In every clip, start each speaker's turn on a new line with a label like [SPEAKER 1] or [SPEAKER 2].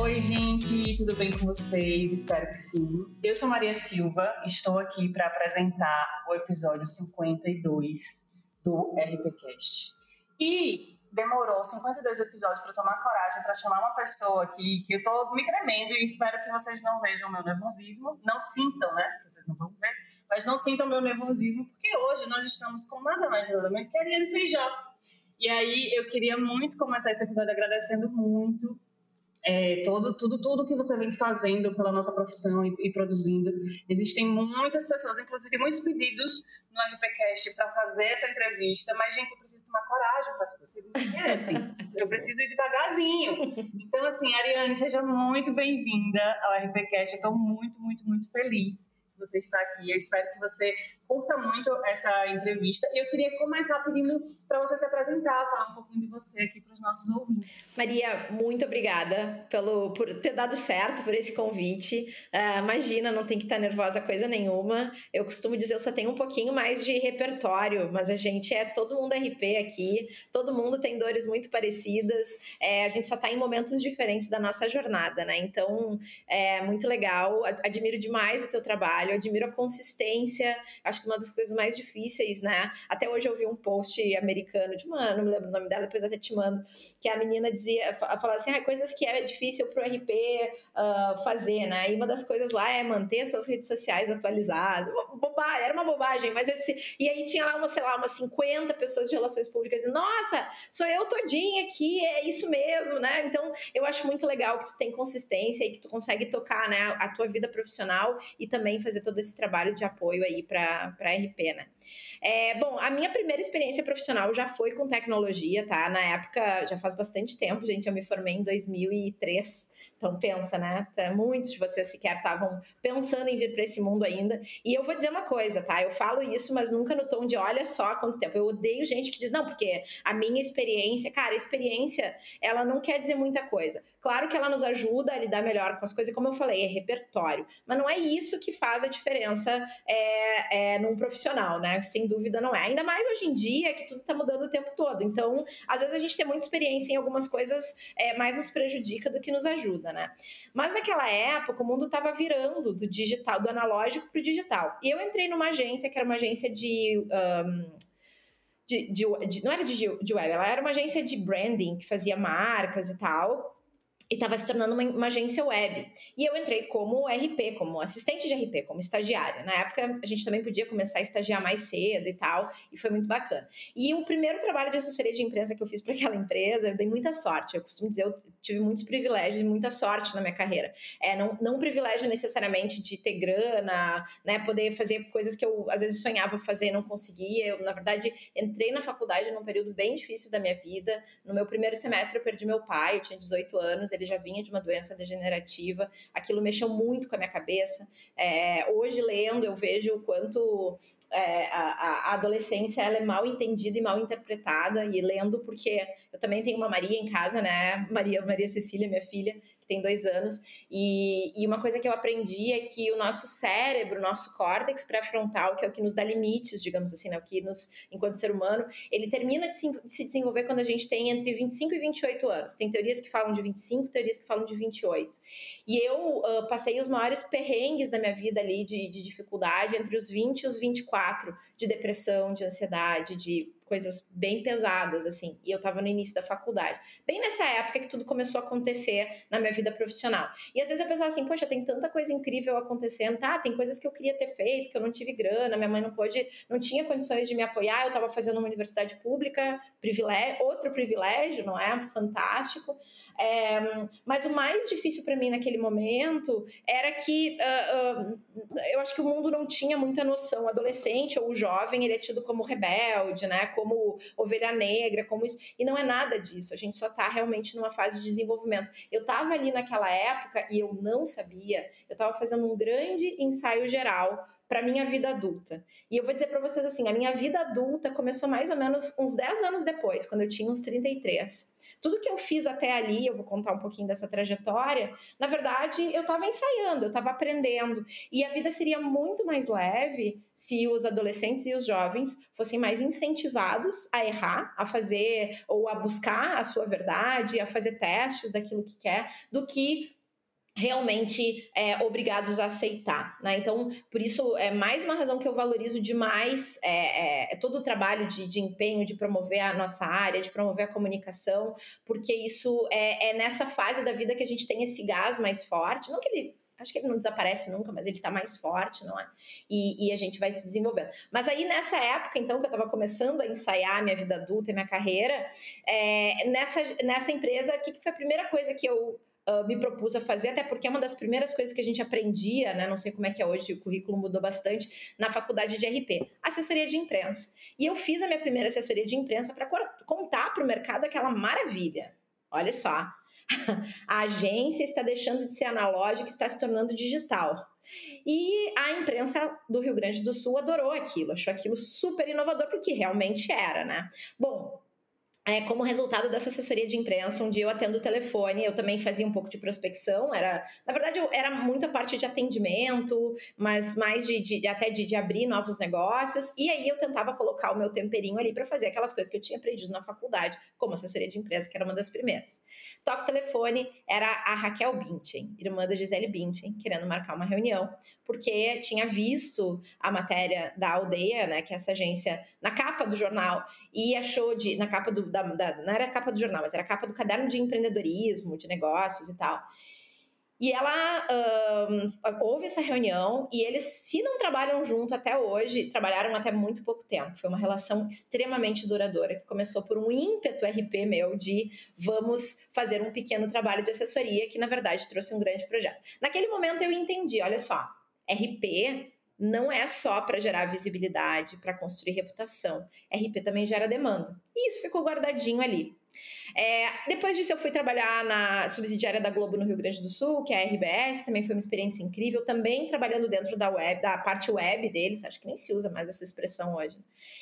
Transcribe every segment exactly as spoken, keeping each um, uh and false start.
[SPEAKER 1] Oi, gente, tudo bem com vocês? Espero que sim. Eu sou Maria Silva, estou aqui para apresentar o episódio cinquenta e dois do RPCast. E demorou cinquenta e dois episódios para tomar coragem para chamar uma pessoa aqui que eu estou me tremendo e espero que vocês não vejam meu nervosismo, não sintam, né? Porque vocês não vão ver, mas não sintam meu nervosismo, porque hoje nós estamos com nada mais nada menos que a Ariane Feijó. E aí eu queria muito começar esse episódio agradecendo muito É, todo, tudo, tudo que você vem fazendo pela nossa profissão e, e produzindo. Existem muitas pessoas, inclusive muitos pedidos no RPCast para fazer essa entrevista, mas, gente, eu preciso tomar coragem para as pessoas me esquecem. Eu preciso ir devagarzinho. Então, assim, Ariane, seja muito bem-vinda ao RPCast. Eu estou muito, muito, muito feliz que você está aqui. Eu espero que você curta muito essa entrevista. E eu queria começar pedindo para você se apresentar, falar um pouquinho de você aqui para os nossos ouvintes.
[SPEAKER 2] Maria, muito obrigada pelo, por ter dado certo, por esse convite. Uh, imagina, não tem que estar nervosa coisa nenhuma. Eu costumo dizer, eu só tenho um pouquinho mais de repertório, mas a gente é todo mundo R P aqui, todo mundo tem dores muito parecidas, é, a gente só está em momentos diferentes da nossa jornada, né? Então, é muito legal, admiro demais o teu trabalho, admiro a consistência, acho que uma das coisas mais difíceis, né? Até hoje eu vi um post americano de uma, não me lembro o nome dela, depois até te mando, que a menina dizia, falava assim, ah, coisas que é difícil pro R P uh, fazer, né? E uma das coisas lá é manter suas redes sociais atualizadas. Bobagem, era uma bobagem, mas eu disse, e aí tinha lá, uma, sei lá, umas cinquenta pessoas de relações públicas dizendo, nossa, sou eu todinha aqui, é isso mesmo, né? Então, eu acho muito legal que tu tem consistência e que tu consegue tocar, né, a tua vida profissional e também fazer todo esse trabalho de apoio aí para para R P, né? É, bom, a minha primeira experiência profissional já foi com tecnologia, tá? Na época, já faz bastante tempo, gente, eu me formei em dois mil e três, então pensa, né? Muitos de vocês sequer estavam pensando em vir para esse mundo ainda. E eu vou dizer uma coisa, tá? Eu falo isso, mas nunca no tom de olha só há quanto tempo. Eu odeio gente que diz, não, porque a minha experiência... Cara, a experiência, ela não quer dizer muita coisa. Claro que ela nos ajuda a lidar melhor com as coisas, como eu falei, é repertório. Mas não é isso que faz a diferença é, é, num profissional, né? Sem dúvida não é. Ainda mais hoje em dia, que tudo tá mudando o tempo todo. Então, às vezes a gente tem muita experiência em algumas coisas, é, mais nos prejudica do que nos ajuda, né? Mas naquela época, o mundo estava virando do digital, do analógico para o digital. E eu entrei numa agência que era uma agência de... Um, de, de, de não era de, de web, ela era uma agência de branding, que fazia marcas e tal... E estava se tornando uma, uma agência web. E eu entrei como R P, como assistente de R P, como estagiária. Na época, a gente também podia começar a estagiar mais cedo e tal, e foi muito bacana. E o primeiro trabalho de assessoria de imprensa que eu fiz para aquela empresa, eu dei muita sorte. Eu costumo dizer, eu tive muitos privilégios e muita sorte na minha carreira. É, não, não um privilégio necessariamente de ter grana, né, poder fazer coisas que eu, às vezes, sonhava fazer e não conseguia. Eu, na verdade, entrei na faculdade num período bem difícil da minha vida. No meu primeiro semestre, eu perdi meu pai, eu tinha dezoito anos, ele já vinha de uma doença degenerativa, aquilo mexeu muito com a minha cabeça. É, hoje, lendo, eu vejo o quanto é, a, a adolescência ela é mal entendida e mal interpretada, e lendo porque eu também tenho uma Maria em casa, né? Maria, Maria Cecília, minha filha, que tem dois anos, e, e uma coisa que eu aprendi é que o nosso cérebro, o nosso córtex pré-frontal, que é o que nos dá limites, digamos assim, né? O que nos, enquanto ser humano, ele termina de se, de se desenvolver quando a gente tem entre vinte e cinco e vinte e oito anos. Tem teorias que falam de vinte e cinco, teorias que falam de vinte e oito. E eu uh, passei os maiores perrengues da minha vida ali de, de dificuldade entre os vinte e os vinte e quatro, de depressão, de ansiedade, de coisas bem pesadas, assim, e eu tava no início da faculdade, bem nessa época que tudo começou a acontecer na minha vida profissional, e às vezes eu pensava assim, poxa, tem tanta coisa incrível acontecendo, tá, tem coisas que eu queria ter feito, que eu não tive grana, minha mãe não pôde, não tinha condições de me apoiar, eu tava fazendo uma universidade pública, privilégio, outro privilégio, não é? Fantástico. É, mas o mais difícil para mim naquele momento era que uh, uh, eu acho que o mundo não tinha muita noção. O adolescente ou o jovem, ele é tido como rebelde, né? Como ovelha negra, como isso. E não é nada disso. A gente só está realmente numa fase de desenvolvimento. Eu estava ali naquela época e eu não sabia. Eu estava fazendo um grande ensaio geral para minha vida adulta. E eu vou dizer para vocês assim, a minha vida adulta começou mais ou menos uns dez anos depois, quando eu tinha uns trinta e três. Tudo que eu fiz até ali, eu vou contar um pouquinho dessa trajetória, na verdade, eu estava ensaiando, eu estava aprendendo. E a vida seria muito mais leve se os adolescentes e os jovens fossem mais incentivados a errar, a fazer ou a buscar a sua verdade, a fazer testes daquilo que quer, do que realmente é, obrigados a aceitar, né? Então, por isso, é mais uma razão que eu valorizo demais é, é, todo o trabalho de, de empenho, de promover a nossa área, de promover a comunicação, porque isso é, é nessa fase da vida que a gente tem esse gás mais forte, não que ele... Acho que ele não desaparece nunca, mas ele tá mais forte, não é? E, e a gente vai se desenvolvendo. Mas aí, nessa época, então, que eu tava começando a ensaiar minha vida adulta e minha carreira, é, nessa, nessa empresa, o que, que foi a primeira coisa que eu Uh, me propus a fazer, até porque é uma das primeiras coisas que a gente aprendia, né? Não sei como é que é hoje, o currículo mudou bastante, na faculdade de R P, assessoria de imprensa. E eu fiz a minha primeira assessoria de imprensa para contar para o mercado aquela maravilha. Olha só, a agência está deixando de ser analógica e está se tornando digital. E a imprensa do Rio Grande do Sul adorou aquilo, achou aquilo super inovador, porque realmente era, né? Bom, É, como resultado dessa assessoria de imprensa, um dia eu atendo o telefone, eu também fazia um pouco de prospecção, era, na verdade, eu, era muito a parte de atendimento, mas mais de, de até de, de abrir novos negócios, e aí eu tentava colocar o meu temperinho ali para fazer aquelas coisas que eu tinha aprendido na faculdade, como assessoria de imprensa, que era uma das primeiras. Toco o telefone, era a Raquel Binchen, irmã da Gisele Binchen, querendo marcar uma reunião, porque tinha visto a matéria da Aldeia, né, que é essa agência, na capa do jornal, e achou de, na capa do, da, da, não era a capa do jornal, mas era a capa do caderno de empreendedorismo, de negócios e tal. E ela um, houve essa reunião e eles, se não trabalham junto até hoje, trabalharam até muito pouco tempo. Foi uma relação extremamente duradoura que começou por um ímpeto R P meu de vamos fazer um pequeno trabalho de assessoria que, na verdade, trouxe um grande projeto. Naquele momento eu entendi, olha só, R P não é só para gerar visibilidade, para construir reputação. R P também gera demanda. E isso ficou guardadinho ali. É, depois disso eu fui trabalhar na subsidiária da Globo no Rio Grande do Sul, que é a R B S, também foi uma experiência incrível, também trabalhando dentro da web, da parte web deles, acho que nem se usa mais essa expressão hoje.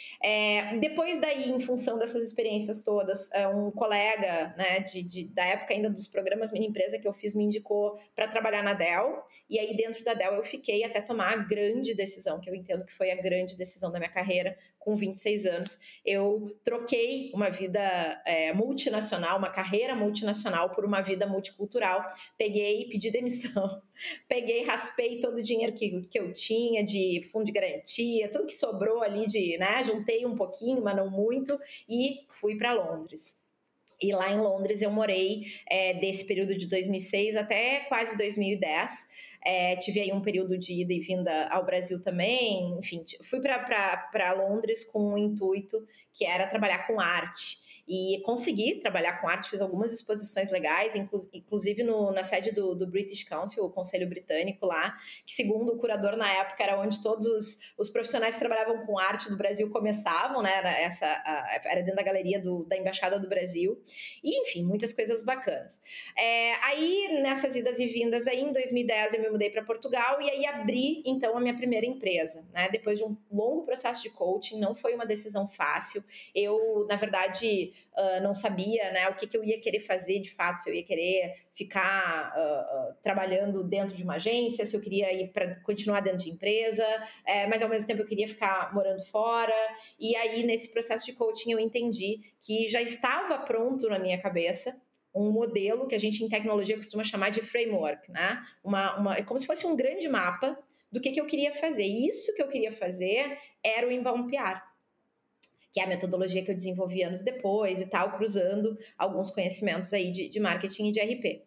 [SPEAKER 2] É, depois daí, em função dessas experiências todas, um colega, né, de, de, da época ainda dos programas Mini Empresa que eu fiz me indicou para trabalhar na Dell, e aí dentro da Dell eu fiquei até tomar a grande decisão, que eu entendo que foi a grande decisão da minha carreira, com vinte e seis anos, eu troquei uma vida é, multinacional, uma carreira multinacional por uma vida multicultural, peguei, pedi demissão, peguei, raspei todo o dinheiro que, que eu tinha de fundo de garantia, tudo que sobrou ali, de, né, juntei um pouquinho, mas não muito, e fui para Londres. E lá em Londres eu morei é, desse período de dois mil e seis até quase dois mil e dez. É, tive aí um período de ida e vinda ao Brasil também. Enfim, fui para Londres com um intuito que era trabalhar com arte. E consegui trabalhar com arte, fiz algumas exposições legais, inclusive no, na sede do, do British Council, o Conselho Britânico lá, que segundo o curador na época era onde todos os, os profissionais que trabalhavam com arte do Brasil começavam, né? Era, essa, a, era dentro da galeria do, da Embaixada do Brasil. E, enfim, muitas coisas bacanas. É, aí, nessas idas e vindas, aí, em dois mil e dez eu me mudei para Portugal e aí abri, então, a minha primeira empresa, né? Depois de um longo processo de coaching, não foi uma decisão fácil. Eu, na verdade... Uh, não sabia, né, o que, que eu ia querer fazer de fato, se eu ia querer ficar uh, uh, trabalhando dentro de uma agência, se eu queria ir para continuar dentro de empresa, é, mas ao mesmo tempo eu queria ficar morando fora. E aí, nesse processo de coaching, eu entendi que já estava pronto na minha cabeça um modelo que a gente em tecnologia costuma chamar de framework, né? Uma, uma, é como se fosse um grande mapa do que, que eu queria fazer. E isso que eu queria fazer era o Inbound P R, que é a metodologia que eu desenvolvi anos depois e tal, cruzando alguns conhecimentos aí de, de marketing e de R P.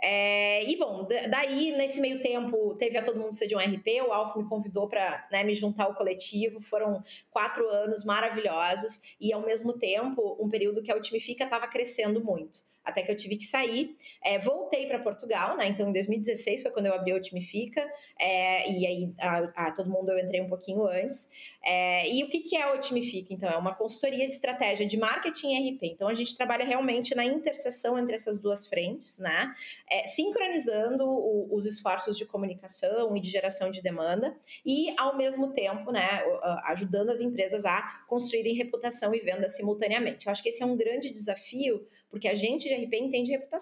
[SPEAKER 2] É, e, bom, daí, nesse meio tempo, teve a Todo Mundo Ser de um R P, o Alf me convidou para, né, me juntar ao coletivo, foram quatro anos maravilhosos e, ao mesmo tempo, um período que a Ultimifica estava crescendo muito. Até que eu tive que sair, é, voltei para Portugal, né? Então em dois mil e dezesseis foi quando eu abri a Ultimifica, é, e aí a, a Todo Mundo eu entrei um pouquinho antes. É, e o que, que é a Ultimifica? Então é uma consultoria de estratégia de marketing e R P. Então a gente trabalha realmente na interseção entre essas duas frentes, né? É, sincronizando o, os esforços de comunicação e de geração de demanda e, ao mesmo tempo, né, ajudando as empresas a construírem reputação e venda simultaneamente. Eu acho que esse é um grande desafio, porque a gente de R P entende reputação,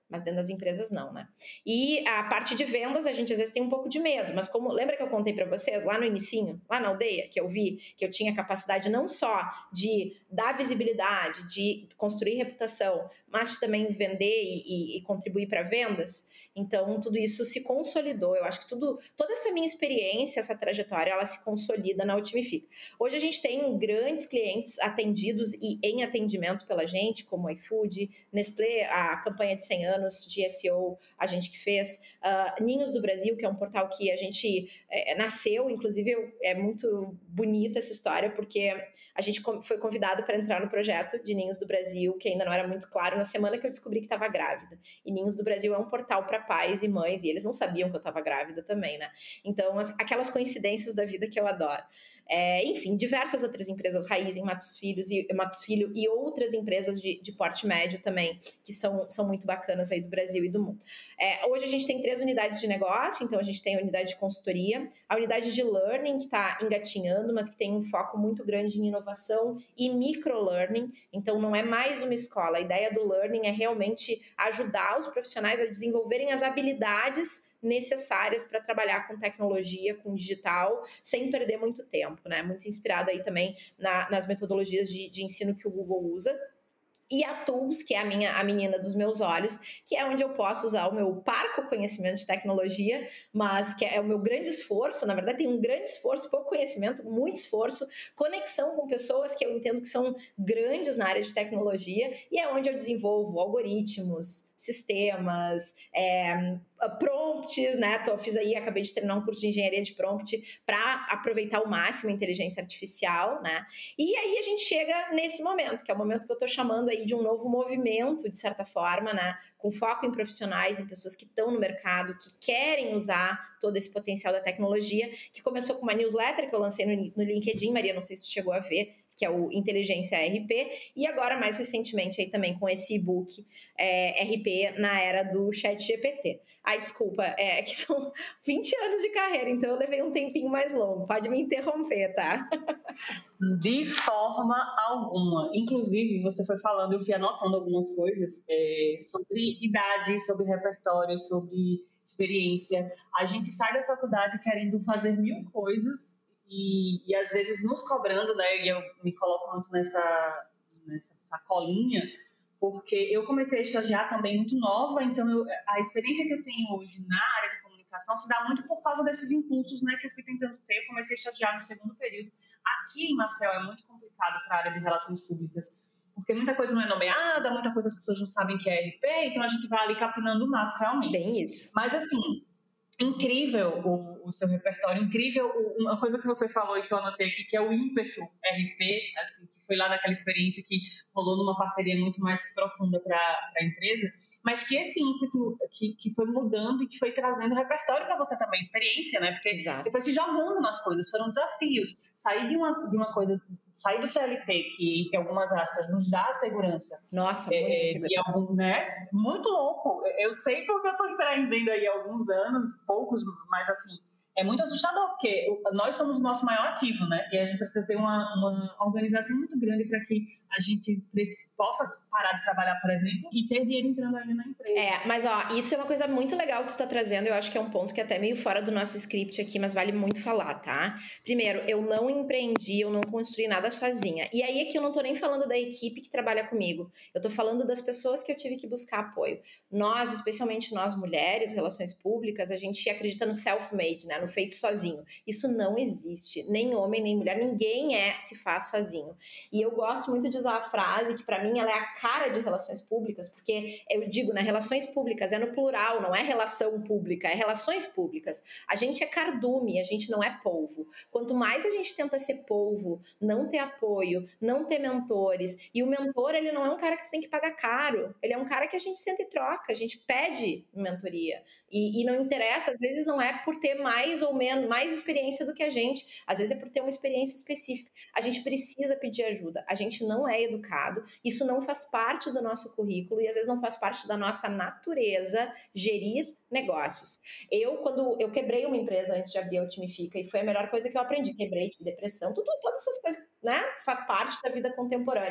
[SPEAKER 2] mas dentro das empresas não, né? E a parte de vendas, a gente às vezes tem um pouco de medo, mas como, lembra que eu contei para vocês lá no inicinho, lá na aldeia, que eu vi que eu tinha capacidade não só de dar visibilidade, de construir reputação, mas de também vender e, e, e contribuir para vendas? Então, tudo isso se consolidou. Eu acho que tudo, toda essa minha experiência, essa trajetória, ela se consolida na Ultimifica. Hoje a gente tem grandes clientes atendidos e em atendimento pela gente, como iFood, Nestlé, a campanha de cem anos de S E O, a gente que fez, uh, Ninhos do Brasil, que é um portal que a gente é, nasceu, inclusive é muito bonita essa história, porque a gente foi convidado para entrar no projeto de Ninhos do Brasil, que ainda não era muito claro, na semana que eu descobri que estava grávida. E Ninhos do Brasil é um portal para pais e mães, e eles não sabiam que eu estava grávida também, né? Então, as, aquelas coincidências da vida que eu adoro. É, enfim, diversas outras empresas, Raiz em Matos, Filhos e, Matos Filho e outras empresas de, de porte médio também, que são, são muito bacanas aí do Brasil e do mundo. É, hoje a gente tem três unidades de negócio, então a gente tem a unidade de consultoria, a unidade de learning, que está engatinhando, mas que tem um foco muito grande em inovação e micro-learning, então não é mais uma escola, a ideia do learning é realmente ajudar os profissionais a desenvolverem as habilidades necessárias para trabalhar com tecnologia, com digital, sem perder muito tempo, né? Muito inspirado aí também na, nas metodologias de, de ensino que o Google usa. E a Tools, que é a, minha, a menina dos meus olhos, que é onde eu posso usar o meu parco conhecimento de tecnologia, mas que é o meu grande esforço, na verdade tem um grande esforço, pouco conhecimento, muito esforço, conexão com pessoas que eu entendo que são grandes na área de tecnologia, e é onde eu desenvolvo algoritmos, sistemas, é, prompts, né? Tô, fiz aí, acabei de terminar um curso de engenharia de prompt para aproveitar ao máximo a inteligência artificial, né? E aí a gente chega nesse momento, que é o momento que eu tô chamando aí de um novo movimento, de certa forma, né? Com foco em profissionais, em pessoas que estão no mercado, que querem usar todo esse potencial da tecnologia, que começou com uma newsletter que eu lancei no, no LinkedIn, Maria, não sei se tu chegou a ver, que é o Inteligência R P, e agora, mais recentemente, aí também com esse e-book é, R P na era do chat G P T. Ai, desculpa, é que são vinte anos de carreira, então eu levei um tempinho mais longo, pode me interromper, tá?
[SPEAKER 1] De forma alguma. Inclusive, você foi falando, eu fui anotando algumas coisas é, sobre idade, sobre repertório, sobre experiência. A gente sai da faculdade querendo fazer mil coisas e, e às vezes nos cobrando, né? E eu me coloco muito nessa, nessa sacolinha, porque eu comecei a estagiar também muito nova, então eu, a experiência que eu tenho hoje na área de comunicação se dá muito por causa desses impulsos, né, que eu fui tentando ter. Eu comecei a estagiar no segundo período. Aqui em Marcel é muito complicado para a área de relações públicas, porque muita coisa não é nomeada, muita coisa as pessoas não sabem que é R P, então a gente vai ali capinando o mato realmente.
[SPEAKER 2] Bem isso.
[SPEAKER 1] Mas assim, incrível o, o seu repertório, incrível o, uma coisa que você falou e que eu anotei aqui, que é o ímpeto R P, assim, que foi lá naquela experiência que rolou numa parceria muito mais profunda para a empresa, mas que esse ímpeto que, que foi mudando e que foi trazendo repertório para você também, experiência, né? Porque
[SPEAKER 2] Exato.
[SPEAKER 1] Você foi se jogando nas coisas, foram desafios. Sair de uma, de uma coisa, sair do C L T, que, entre algumas aspas, nos dá a segurança.
[SPEAKER 2] Nossa,
[SPEAKER 1] é,
[SPEAKER 2] muita segurança.
[SPEAKER 1] De algum, né? Muito louco. Eu sei porque eu estou empreendendo aí há alguns anos, poucos, mas assim, é muito assustador, porque nós somos o nosso maior ativo, né? E a gente precisa ter uma, uma organização muito grande para que a gente possa parar de trabalhar, por exemplo, e ter dinheiro entrando ali na empresa.
[SPEAKER 2] É, mas ó, isso é uma coisa muito legal que tu tá trazendo, eu acho que é um ponto que é até meio fora do nosso script aqui, mas vale muito falar, tá? Primeiro, eu não empreendi, eu não construí nada sozinha. E aí aqui eu não tô nem falando da equipe que trabalha comigo, eu tô falando das pessoas que eu tive que buscar apoio. Nós, especialmente nós mulheres, relações públicas, a gente acredita no self-made, né? No feito sozinho. Isso não existe, nem homem, nem mulher, ninguém é se faz sozinho. E eu gosto muito de usar a frase que pra mim ela é a cara de relações públicas, porque eu digo, né, relações públicas é no plural, não é relação pública, é relações públicas. A gente é cardume, a gente não é polvo. Quanto mais a gente tenta ser polvo, não ter apoio, não ter mentores, e o mentor, ele não é um cara que você tem que pagar caro, ele é um cara que a gente senta e troca, a gente pede mentoria. E, e não interessa, às vezes não é por ter mais ou menos, mais experiência do que a gente, às vezes é por ter uma experiência específica. A gente precisa pedir ajuda, a gente não é educado, isso não faz parte do nosso currículo e às vezes não faz parte da nossa natureza gerir negócios. Eu, quando eu quebrei uma empresa antes de abrir a Ultimifica, e foi a melhor coisa que eu aprendi, quebrei, depressão, tudo, todas essas coisas, né, faz parte da vida contemporânea.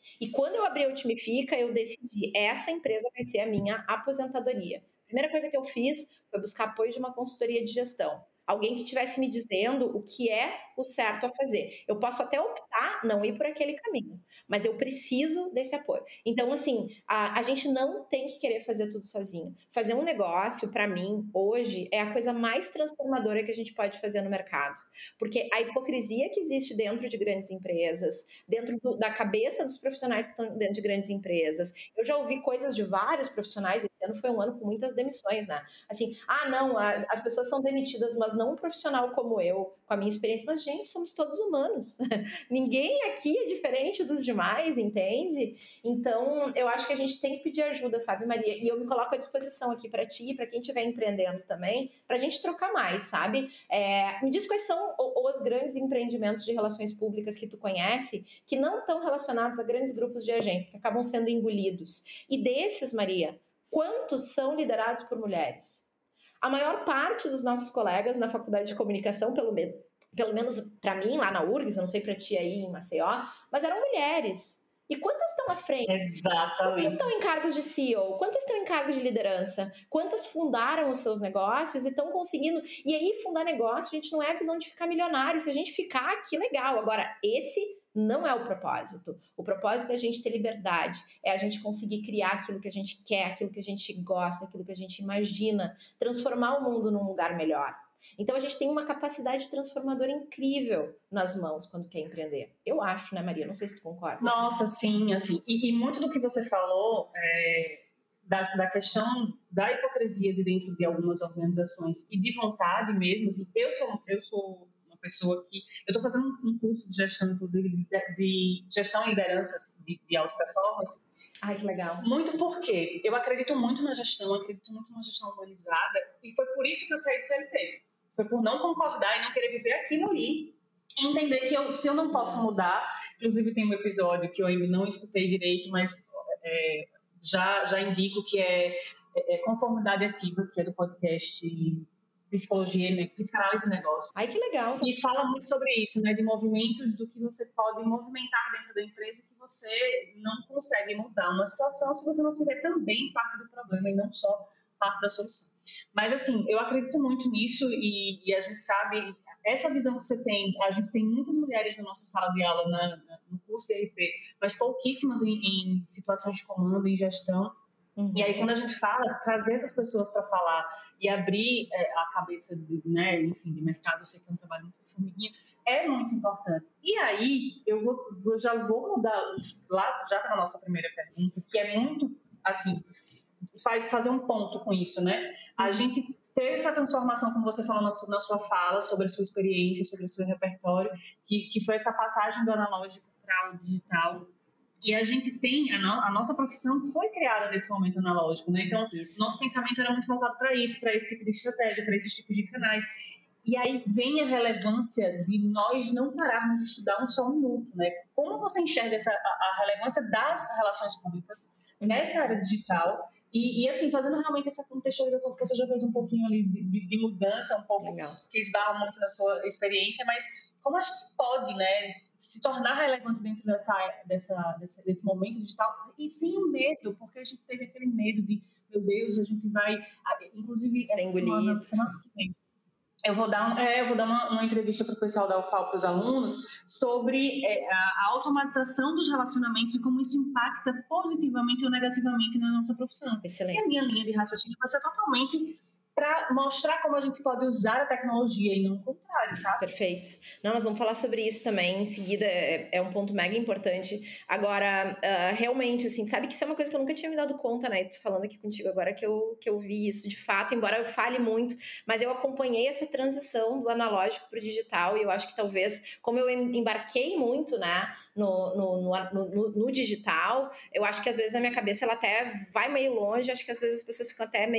[SPEAKER 2] E quando eu abri a Ultimifica, eu decidi, essa empresa vai ser a minha aposentadoria. A primeira coisa que eu fiz foi buscar apoio de uma consultoria de gestão. Alguém que estivesse me dizendo o que é o certo a fazer. Eu posso até optar não ir por aquele caminho, mas eu preciso desse apoio. Então, assim, a, a gente não tem que querer fazer tudo sozinho. Fazer um negócio, para mim, hoje, é a coisa mais transformadora que a gente pode fazer no mercado. Porque a hipocrisia que existe dentro de grandes empresas, dentro do, da cabeça dos profissionais que estão dentro de grandes empresas. Eu já ouvi coisas de vários profissionais, esse ano foi um ano com muitas demissões, né? Assim, ah, não, as, as pessoas são demitidas, mas não um profissional como eu, com a minha experiência, mas, gente, somos todos humanos. Ninguém aqui é diferente dos demais, entende? Então, eu acho que a gente tem que pedir ajuda, sabe, Maria? E eu me coloco à disposição aqui para ti, para quem estiver empreendendo também, para a gente trocar mais, sabe? É, me diz quais são os grandes empreendimentos de relações públicas que tu conhece, que não estão relacionados a grandes grupos de agência, que acabam sendo engolidos. E desses, Maria, quantos são liderados por mulheres? A maior parte dos nossos colegas na faculdade de comunicação, pelo, me- pelo menos para mim, lá na U R G S, eu não sei para ti aí em Maceió, mas eram mulheres. E quantas estão à frente?
[SPEAKER 1] Exatamente.
[SPEAKER 2] Quantas estão em cargos de C E O? Quantas estão em cargos de liderança? Quantas fundaram os seus negócios e estão conseguindo... E aí, fundar negócio, gente, não é a visão de ficar milionário. Se a gente ficar, que legal. Agora, esse... não é o propósito. O propósito é a gente ter liberdade, é a gente conseguir criar aquilo que a gente quer, aquilo que a gente gosta, aquilo que a gente imagina, transformar o mundo num lugar melhor. Então a gente tem uma capacidade transformadora incrível nas mãos quando quer empreender. Eu acho, né, Maria? Não sei se tu concorda.
[SPEAKER 1] Nossa, sim, assim, e, e muito do que você falou é, da, da questão da hipocrisia de dentro de algumas organizações e de vontade mesmo, assim, eu sou, eu sou pessoa que... Eu estou fazendo um curso de gestão, inclusive, de, de gestão e lideranças de, de alta performance.
[SPEAKER 2] Ai, que legal.
[SPEAKER 1] Muito porque eu acredito muito na gestão, acredito muito na gestão humanizada, e foi por isso que eu saí do C L T. Foi por não concordar e não querer viver aquilo ali. E entender que eu, se eu não posso mudar... Inclusive, tem um episódio que eu ainda não escutei direito, mas é, já, já indico que é, é Conformidade Ativa, que é do podcast... Psicologia, né? Psicanálise e negócio.
[SPEAKER 2] Ai, que legal.
[SPEAKER 1] E fala muito sobre isso, né? De movimentos, do que você pode movimentar dentro da empresa que você não consegue mudar uma situação se você não se vê também parte do problema e não só parte da solução. Mas, assim, eu acredito muito nisso e, e a gente sabe... Essa visão que você tem, a gente tem muitas mulheres na nossa sala de aula, na, na, no curso de R P, mas pouquíssimas em, em situações de comando, em gestão. Uhum. E aí, quando a gente fala, trazer essas pessoas para falar e abrir é, a cabeça de, né, enfim, de mercado, eu sei que é um trabalho muito de formiguinha, é muito importante. E aí, eu vou, vou, já vou mudar lá, já para a nossa primeira pergunta, que é muito, assim, faz, fazer um ponto com isso, né? A gente ter essa transformação, como você falou na sua, na sua fala, sobre a sua experiência, sobre o seu repertório, que, que foi essa passagem do analógico para o digital. E a gente tem, a, no, a nossa profissão foi criada nesse momento analógico, né? Então, isso. Nosso pensamento era muito voltado para isso, para esse tipo de estratégia, para esses tipos de canais. E aí vem a relevância de nós não pararmos de estudar um só minuto, né? Como você enxerga essa, a, a relevância das relações públicas nessa área digital? E, e, assim, fazendo realmente essa contextualização que você já fez um pouquinho ali de, de, de mudança, um pouco Legal. Que esbarra muito na sua experiência, mas como a gente pode, né, se tornar relevante dentro dessa, dessa, desse, desse momento digital e sem medo, porque a gente teve aquele medo de, meu Deus, a gente vai, inclusive,
[SPEAKER 2] Sem
[SPEAKER 1] essa semana, semana que vem, eu vou dar, é, eu vou dar uma, uma entrevista para o pessoal da U F A L, para os alunos, sobre é, a automatização dos relacionamentos e como isso impacta positivamente ou negativamente na nossa profissão.
[SPEAKER 2] Excelente.
[SPEAKER 1] E a minha linha de raciocínio vai ser totalmente para mostrar como a gente pode usar a tecnologia e não o contrário, sabe?
[SPEAKER 2] Perfeito. Não, nós vamos falar sobre isso também em seguida, é, é um ponto mega importante. Agora, uh, realmente, assim, sabe que isso é uma coisa que eu nunca tinha me dado conta, né? Tô falando aqui contigo agora que eu, que eu vi isso de fato, embora eu fale muito, mas eu acompanhei essa transição do analógico para o digital e eu acho que talvez, como eu embarquei muito, né, no, no, no, no, no digital, eu acho que às vezes a minha cabeça ela até vai meio longe, acho que às vezes as pessoas ficam até meio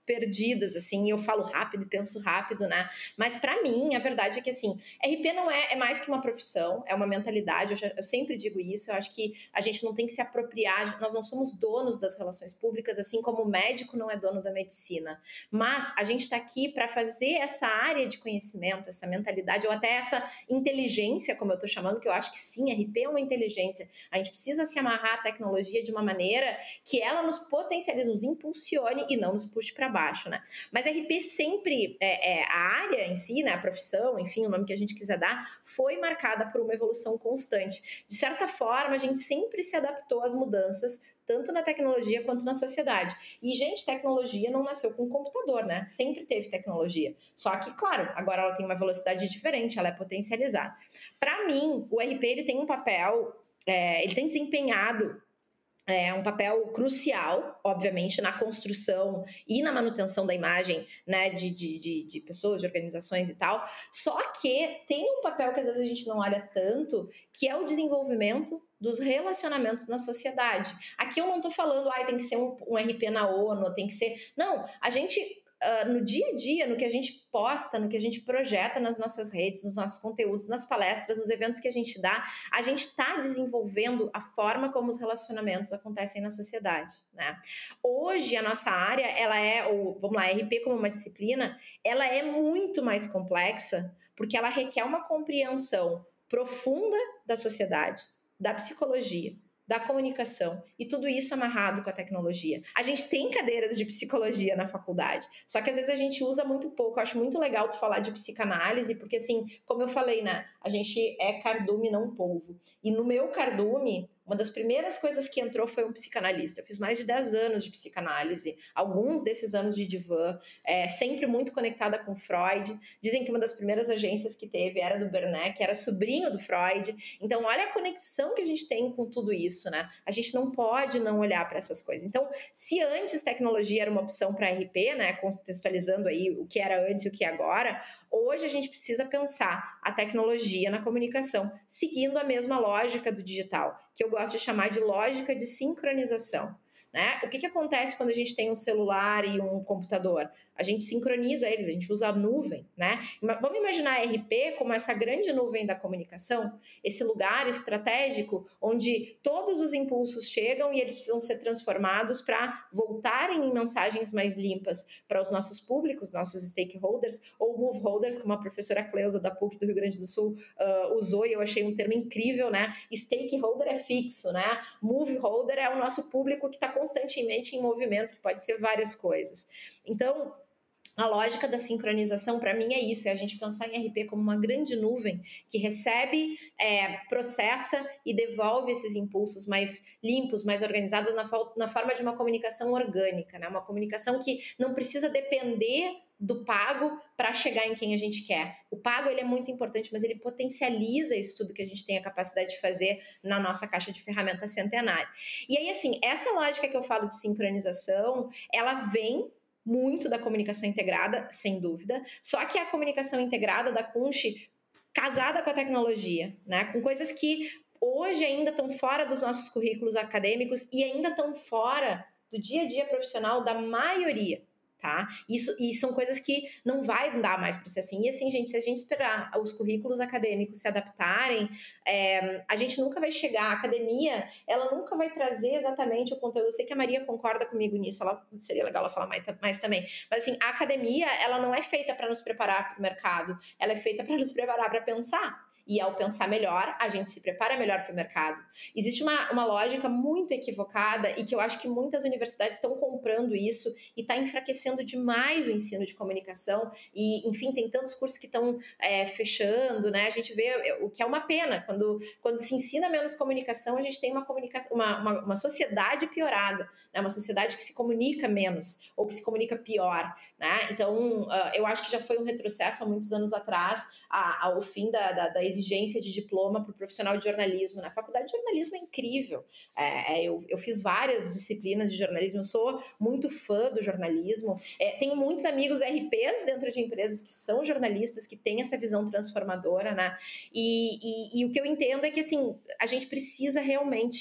[SPEAKER 2] perdidas, assim, eu falo rápido e penso rápido, né? Mas para mim, a verdade é que, assim, R P não é, é mais que uma profissão, é uma mentalidade, eu, já, eu sempre digo isso, eu acho que a gente não tem que se apropriar, nós não somos donos das relações públicas, assim como o médico não é dono da medicina, mas a gente está aqui para fazer essa área de conhecimento, essa mentalidade, ou até essa inteligência, como eu estou chamando, que eu acho que sim, R P é uma inteligência, a gente precisa se amarrar à tecnologia de uma maneira que ela nos potencialize, nos impulsione e não nos puxe para baixo, né? Mas R P sempre, é, é, a área em si, né, a profissão, enfim, o nome que a gente quiser dar, foi marcada por uma evolução constante. De certa forma, a gente sempre se adaptou às mudanças, tanto na tecnologia quanto na sociedade. E, gente, tecnologia não nasceu com computador, né? Sempre teve tecnologia. Só que, claro, agora ela tem uma velocidade diferente, ela é potencializada. Para mim, o R P ele tem um papel, é, ele tem desempenhado É um papel crucial, obviamente, na construção e na manutenção da imagem, né, de, de, de, de pessoas, de organizações e tal. Só que tem um papel que às vezes a gente não olha tanto, que é o desenvolvimento dos relacionamentos na sociedade. Aqui eu não estou falando, ah, tem que ser um, um R P na ONU, tem que ser... Não, a gente... Uh, no dia a dia, no que a gente posta, no que a gente projeta nas nossas redes, nos nossos conteúdos, nas palestras, nos eventos que a gente dá, a gente está desenvolvendo a forma como os relacionamentos acontecem na sociedade, né? Hoje, a nossa área, ela é, ou, vamos lá, R P como uma disciplina, ela é muito mais complexa, porque ela requer uma compreensão profunda da sociedade, da psicologia, da comunicação, e tudo isso amarrado com a tecnologia. A gente tem cadeiras de psicologia na faculdade, só que às vezes a gente usa muito pouco. Eu acho muito legal tu falar de psicanálise, porque assim, como eu falei, né, a gente é cardume, não polvo. E no meu cardume, uma das primeiras coisas que entrou foi um psicanalista. Eu fiz mais de dez anos de psicanálise, alguns desses anos de divã, é, sempre muito conectada com Freud. Dizem que uma das primeiras agências que teve era do Bernet, que era sobrinho do Freud. Então, olha a conexão que a gente tem com tudo isso, né? A gente não pode não olhar para essas coisas. Então, se antes tecnologia era uma opção para R P, né, contextualizando aí o que era antes e o que é agora, hoje a gente precisa pensar a tecnologia na comunicação, seguindo a mesma lógica do digital, que eu gosto de chamar de lógica de sincronização, né? O que, que acontece quando a gente tem um celular e um computador? A gente sincroniza eles, a gente usa a nuvem, né? Vamos imaginar a R P como essa grande nuvem da comunicação, esse lugar estratégico onde todos os impulsos chegam e eles precisam ser transformados para voltarem em mensagens mais limpas para os nossos públicos, nossos stakeholders, ou move holders, como a professora Cleusa da P U C do Rio Grande do Sul uh, usou, e eu achei um termo incrível, né? Stakeholder é fixo, né? Move holder é o nosso público que está constantemente em movimento, que pode ser várias coisas. Então, a lógica da sincronização, para mim, é isso, é a gente pensar em R P como uma grande nuvem que recebe, é, processa e devolve esses impulsos mais limpos, mais organizados na, na forma de uma comunicação orgânica, né? Uma comunicação que não precisa depender do pago para chegar em quem a gente quer. O pago, ele é muito importante, mas ele potencializa isso tudo que a gente tem a capacidade de fazer na nossa caixa de ferramentas centenária. E aí, assim, essa lógica que eu falo de sincronização, ela vem muito da comunicação integrada, sem dúvida, só que a comunicação integrada da Kunshi casada com a tecnologia, né? Com coisas que hoje ainda estão fora dos nossos currículos acadêmicos e ainda estão fora do dia a dia profissional da maioria. Tá? Isso, e são coisas que não vai dar mais para ser assim. E assim, gente, se a gente esperar os currículos acadêmicos se adaptarem, é, a gente nunca vai chegar. A academia, ela nunca vai trazer exatamente o conteúdo. Eu sei que a Maria concorda comigo nisso, ela, seria legal ela falar mais, mais também. Mas assim, a academia, ela não é feita para nos preparar para o mercado, ela é feita para nos preparar para pensar. E ao pensar melhor, a gente se prepara melhor para o mercado. Existe uma, uma lógica muito equivocada e que eu acho que muitas universidades estão comprando isso e está enfraquecendo demais o ensino de comunicação. E, enfim, tem tantos cursos que estão é, fechando, né? A gente vê o que é uma pena. Quando, quando se ensina menos comunicação, a gente tem uma, comunicação, uma, uma, uma sociedade piorada, né? Uma sociedade que se comunica menos ou que se comunica pior, né? Então, uh, eu acho que já foi um retrocesso há muitos anos atrás a, ao fim da, da, da exigência de diploma para o profissional de jornalismo. Na faculdade de jornalismo é incrível. É, eu, eu fiz várias disciplinas de jornalismo, eu sou muito fã do jornalismo. É, tenho muitos amigos R Ps dentro de empresas que são jornalistas, que têm essa visão transformadora, né? E, e, e o que eu entendo é que, assim, a gente precisa realmente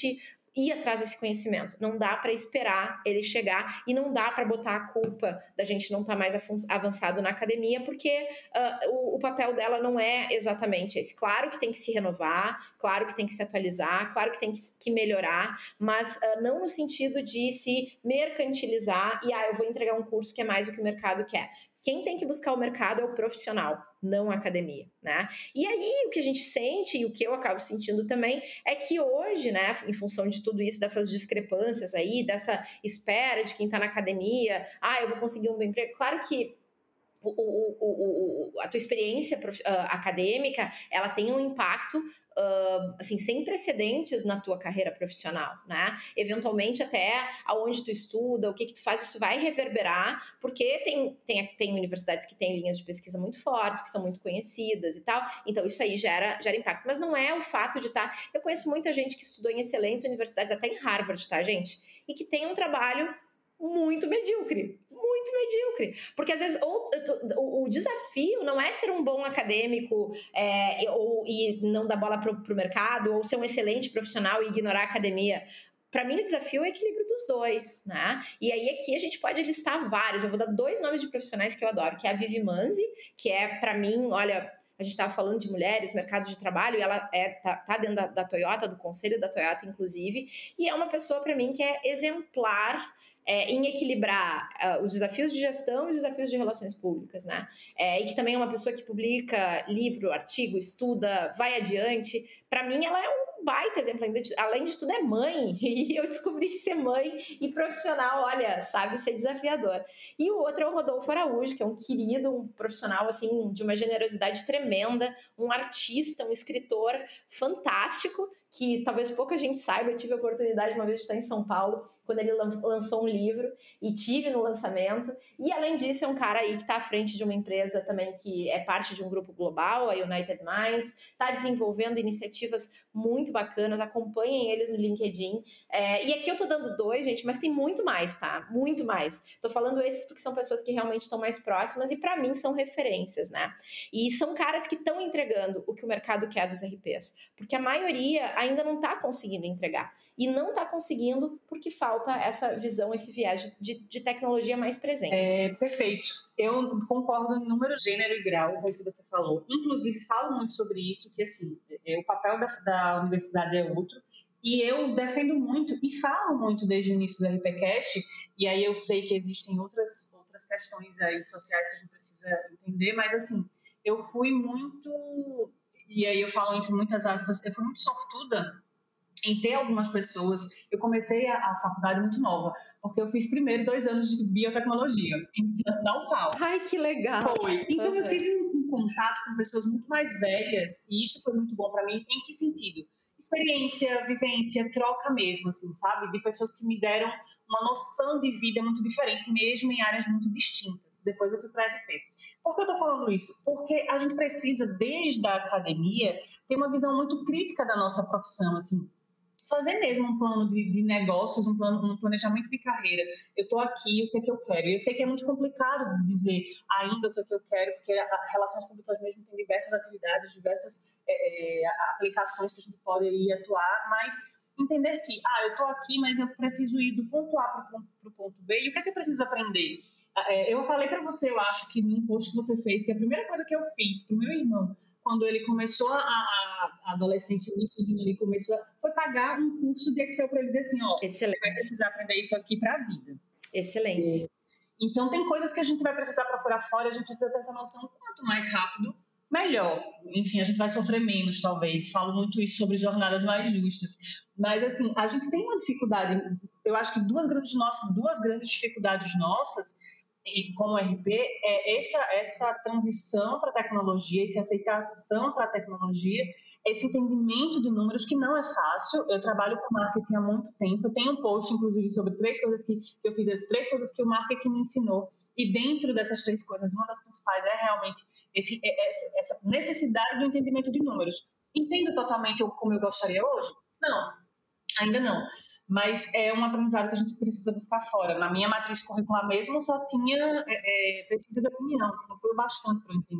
[SPEAKER 2] ir atrás desse conhecimento. Não dá para esperar ele chegar e não dá para botar a culpa da gente não estar tá mais avançado na academia, porque uh, o, o papel dela não é exatamente esse. Claro que tem que se renovar, claro que tem que se atualizar, claro que tem que, que melhorar, mas uh, não no sentido de se mercantilizar e, ah, eu vou entregar um curso que é mais do que o mercado quer. Quem tem que buscar o mercado é o profissional, não a academia, né? E aí, o que a gente sente, e o que eu acabo sentindo também, é que hoje, né, em função de tudo isso, dessas discrepâncias aí, dessa espera de quem está na academia, ah, eu vou conseguir um bom emprego, claro que o, o, o, o, a tua experiência uh, acadêmica, ela tem um impacto Uh, assim, sem precedentes na tua carreira profissional, né? Eventualmente até aonde tu estuda, o que que tu faz, isso vai reverberar, porque tem, tem, tem universidades que têm linhas de pesquisa muito fortes, que são muito conhecidas e tal, então isso aí gera, gera impacto, mas não é o fato de estar... Tá... Eu conheço muita gente que estudou em excelentes universidades, até em Harvard, tá, gente? E que tem um trabalho muito medíocre, muito medíocre, porque às vezes ou, o, o desafio não é ser um bom acadêmico é, ou, e não dar bola para o mercado, ou ser um excelente profissional e ignorar a academia. Para mim o desafio é o equilíbrio dos dois, né? E aí aqui a gente pode listar vários, eu vou dar dois nomes de profissionais que eu adoro, que é a Vivi Manzi, que é para mim, olha... A gente estava falando de mulheres, mercado de trabalho, e ela é, tá, tá dentro da, da Toyota, do conselho da Toyota, inclusive, e é uma pessoa, para mim, que é exemplar é, em equilibrar uh, os desafios de gestão e os desafios de relações públicas, né? É, e que também é uma pessoa que publica livro, artigo, estuda, vai adiante. Para mim, ela é um baita exemplo, além de tudo é mãe, e eu descobri que ser mãe e profissional, olha, sabe ser desafiador. E o outro é o Rodolfo Araújo, que é um querido, um profissional assim de uma generosidade tremenda, um artista, um escritor fantástico, que talvez pouca gente saiba. Eu tive a oportunidade uma vez de estar em São Paulo, quando ele lançou um livro, e tive no lançamento, e além disso é um cara aí que está à frente de uma empresa também que é parte de um grupo global, a United Minds, está desenvolvendo iniciativas muito bacanas, acompanhem eles no LinkedIn, é, e aqui eu tô dando dois, gente, mas tem muito mais, tá? Muito mais. Tô falando esses porque são pessoas que realmente estão mais próximas e para mim são referências, né? E são caras que estão entregando o que o mercado quer dos R Ps, porque a maioria ainda não está conseguindo entregar. E não está conseguindo porque falta essa visão, esse viés de, de tecnologia mais presente.
[SPEAKER 1] É, perfeito. Eu concordo em número, gênero e grau com o que você falou. Inclusive, falo muito sobre isso, que assim, o papel da, da universidade é outro. E eu defendo muito e falo muito desde o início do RPCast, e aí eu sei que existem outras, outras questões aí sociais que a gente precisa entender, mas assim, eu fui muito, e aí eu falo entre muitas aspas, eu fui muito sortuda em ter algumas pessoas. Eu comecei a, a faculdade muito nova, porque eu fiz primeiro dois anos de biotecnologia, então não falo.
[SPEAKER 2] Ai, que legal!
[SPEAKER 1] Foi. Então uhum. eu tive um, um contato com pessoas muito mais velhas, e isso foi muito bom para mim. Em que sentido? Experiência, vivência, troca mesmo, assim, sabe? De pessoas que me deram uma noção de vida muito diferente, mesmo em áreas muito distintas. Depois eu fui para a R P. Por que eu estou falando isso? Porque a gente precisa, desde a academia, ter uma visão muito crítica da nossa profissão, assim, fazer mesmo um plano de, de negócios, um, plano, um planejamento de carreira. Eu estou aqui, o que é que eu quero? Eu sei que é muito complicado dizer ainda o que é que eu quero, porque as relações públicas mesmo tem diversas atividades, diversas é, aplicações que a gente pode ir atuar, mas entender que, ah, eu estou aqui, mas eu preciso ir do ponto A para o ponto B, e o que é que eu preciso aprender? É, eu falei para você, eu acho que num post que você fez, que a primeira coisa que eu fiz para o meu irmão, quando ele começou a, a, a adolescência, o iníciozinho, ele começou, foi pagar um curso de Excel para ele dizer assim, ó,
[SPEAKER 2] Excelente.
[SPEAKER 1] Você vai precisar aprender isso aqui para a vida.
[SPEAKER 2] Excelente.
[SPEAKER 1] É, então, tem coisas que a gente vai precisar procurar fora, a gente precisa ter essa noção, quanto mais rápido, melhor. Enfim, a gente vai sofrer menos, talvez. Falo muito isso sobre jornadas mais justas. Mas, assim, a gente tem uma dificuldade, eu acho que duas grandes, nossas, duas grandes dificuldades nossas, e como R P, é essa, essa transição para a tecnologia, essa aceitação para a tecnologia, esse entendimento de números que não é fácil. Eu trabalho com marketing há muito tempo, eu tenho um post, inclusive, sobre três coisas que, que eu fiz, as três coisas que o marketing me ensinou, e dentro dessas três coisas, uma das principais é realmente esse, essa necessidade do entendimento de números. Entendo totalmente como eu gostaria hoje? Não, ainda não. Mas é um aprendizado que a gente precisa buscar fora. Na minha matriz curricular mesmo, só tinha é, pesquisa de opinião, que não foi o bastante para eu entender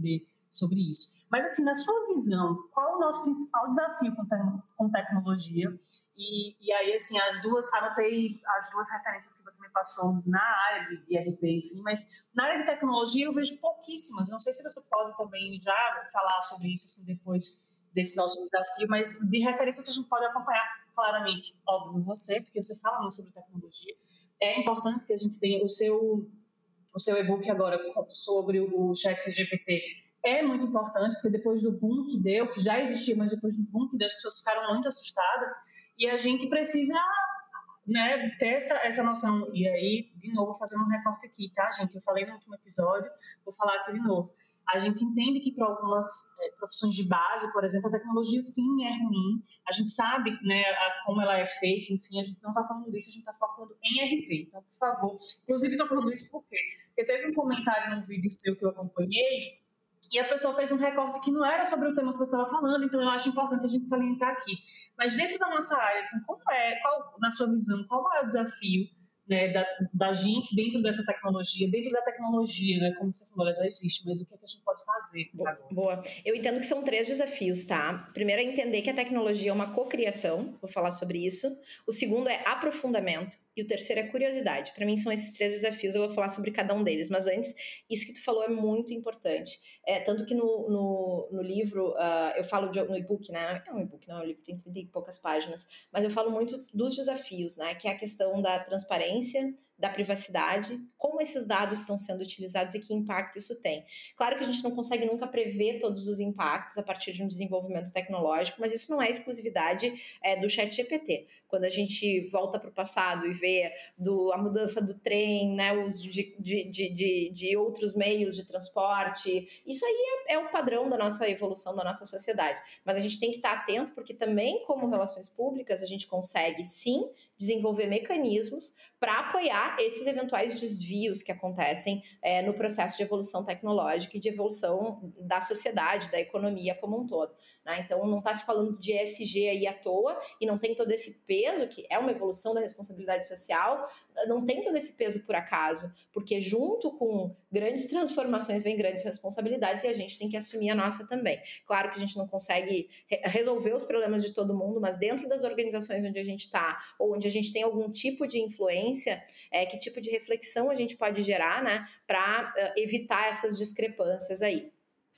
[SPEAKER 1] sobre isso. Mas, assim, na sua visão, qual é o nosso principal desafio com, te com tecnologia? E, e aí, assim, as duas, anotei as duas referências que você me passou na área de, de R P, enfim, mas na área de tecnologia eu vejo pouquíssimas. Não sei se você pode também já falar sobre isso, assim, depois desse nosso desafio, mas de referência a gente pode acompanhar claramente, óbvio, você, porque você fala muito sobre tecnologia. É importante que a gente tenha o seu, o seu e-book agora sobre o chat G P T. É muito importante, porque depois do boom que deu, que já existia, mas depois do boom que deu, as pessoas ficaram muito assustadas, e a gente precisa, né, ter essa, essa noção. E aí, de novo, fazendo um recorte aqui, tá, gente? Eu falei no último episódio, vou falar aqui de novo. A gente entende que para algumas é, profissões de base, por exemplo, a tecnologia sim é ruim. A gente sabe, né, a, como ela é feita, enfim, a gente não está falando disso, a gente está focando em R P. Então, por favor, inclusive estou falando isso por quê? Porque teve um comentário num vídeo seu que eu acompanhei, e a pessoa fez um recorte que não era sobre o tema que você estava falando, então eu acho importante a gente salientar aqui. Mas dentro da nossa área, assim, como é, qual, na sua visão, qual é o desafio, né, da, da gente dentro dessa tecnologia, dentro da tecnologia, né, como você falou, ela já existe, mas o que, é que a gente pode fazer agora?
[SPEAKER 2] Boa. Eu entendo que são três desafios, tá? Primeiro é entender que a tecnologia é uma cocriação, vou falar sobre isso. O segundo é aprofundamento. E o terceiro é curiosidade. Para mim são esses três desafios, eu vou falar sobre cada um deles. Mas antes, isso que tu falou é muito importante. É, tanto que no, no, no livro, uh, eu falo de, no e-book, né? Não é um e-book, não, o livro tem trinta e poucas páginas. Mas eu falo muito dos desafios, né? Que é a questão da transparência, da privacidade, como esses dados estão sendo utilizados e que impacto isso tem. Claro que a gente não consegue nunca prever todos os impactos a partir de um desenvolvimento tecnológico, mas isso não é exclusividade é, do chat G P T. Quando a gente volta para o passado e vê do, a mudança do trem, né, o uso de, de, de, de, de outros meios de transporte, isso aí é, é o padrão da nossa evolução, da nossa sociedade. Mas a gente tem que estar atento, porque também, como relações públicas, a gente consegue, sim, desenvolver mecanismos para apoiar esses eventuais desvios que acontecem é, no processo de evolução tecnológica e de evolução da sociedade, da economia como um todo. Né? Então, não está se falando de E S G aí à toa e não tem todo esse peso, que é uma evolução da responsabilidade social, não tem todo esse peso por acaso, porque junto com grandes transformações vem grandes responsabilidades e a gente tem que assumir a nossa também. Claro que a gente não consegue re- resolver os problemas de todo mundo, mas dentro das organizações onde a gente está, ou onde a gente tem algum tipo de influência, é, que tipo de reflexão a gente pode gerar, né, para uh, evitar essas discrepâncias aí.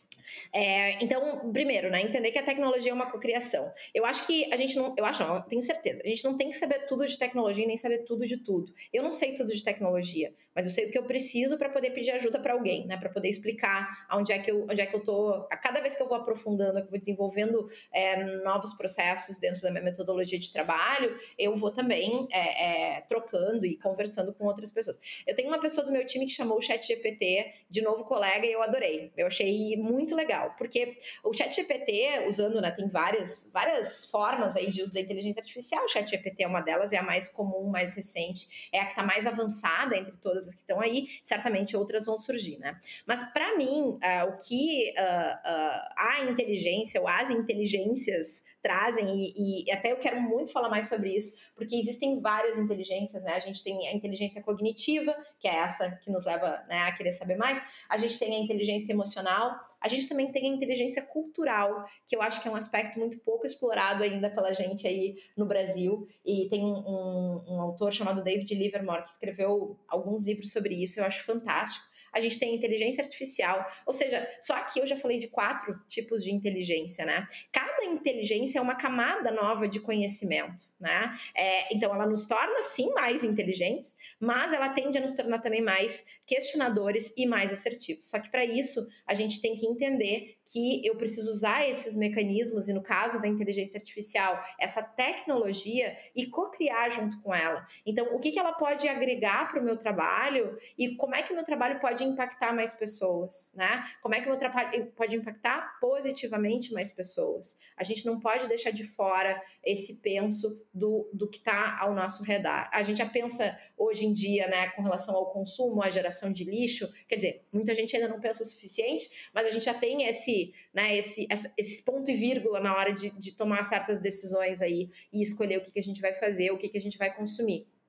[SPEAKER 2] É, então, primeiro, né, entender que a tecnologia é uma cocriação. Eu acho que a gente não, eu acho não, eu tenho certeza, a gente não tem que saber tudo de tecnologia nem saber tudo de tudo. Eu não sei tudo de tecnologia, mas eu sei o que eu preciso para poder pedir ajuda para alguém, né, para poder explicar onde é que eu, onde é que eu tô. A cada vez que eu vou aprofundando, que eu vou desenvolvendo é, novos processos dentro da minha metodologia de trabalho, eu vou também é, é, trocando e conversando com outras pessoas. Eu tenho uma pessoa do meu time que chamou o chat G P T de novo colega e eu adorei. Eu achei muito legal, porque o chat G P T, usando, né, tem várias, várias formas aí de uso da inteligência artificial, o chat G P T é uma delas, é a mais comum, mais recente, é a que está mais avançada entre todas as que estão aí, certamente outras vão surgir, né? Mas para mim, uh, o que uh, uh, a inteligência ou as inteligências trazem, e, e até eu quero muito falar mais sobre isso, porque existem várias inteligências, né? A gente tem a inteligência cognitiva, que é essa que nos leva, né, a querer saber mais, a gente tem a inteligência emocional, a gente também tem a inteligência cultural, que eu acho que é um aspecto muito pouco explorado ainda pela gente aí no Brasil, e tem um, um, um autor chamado David Livermore, que escreveu alguns livros sobre isso, eu acho fantástico. A gente tem inteligência artificial, ou seja, só aqui eu já falei de quatro tipos de inteligência, né? Cada inteligência é uma camada nova de conhecimento, né? É, então, ela nos torna, sim, mais inteligentes, mas ela tende a nos tornar também mais questionadores e mais assertivos. Só que, para isso, a gente tem que entender que eu preciso usar esses mecanismos, e no caso da inteligência artificial, essa tecnologia, e co-criar junto com ela. Então, o que, que ela pode agregar para o meu trabalho e como é que o meu trabalho pode impactar mais pessoas, né? Como é que o meu trabalho pode impactar positivamente mais pessoas? A gente não pode deixar de fora esse penso do, do que está ao nosso redor. A gente já pensa hoje em dia, né, com relação ao consumo, à geração de lixo, quer dizer, muita gente ainda não pensa o suficiente, mas a gente já tem esse, né, esse, esse ponto e vírgula na hora de, de tomar certas decisões aí e escolher o que, que a gente vai fazer, o que, que a gente vai consumir.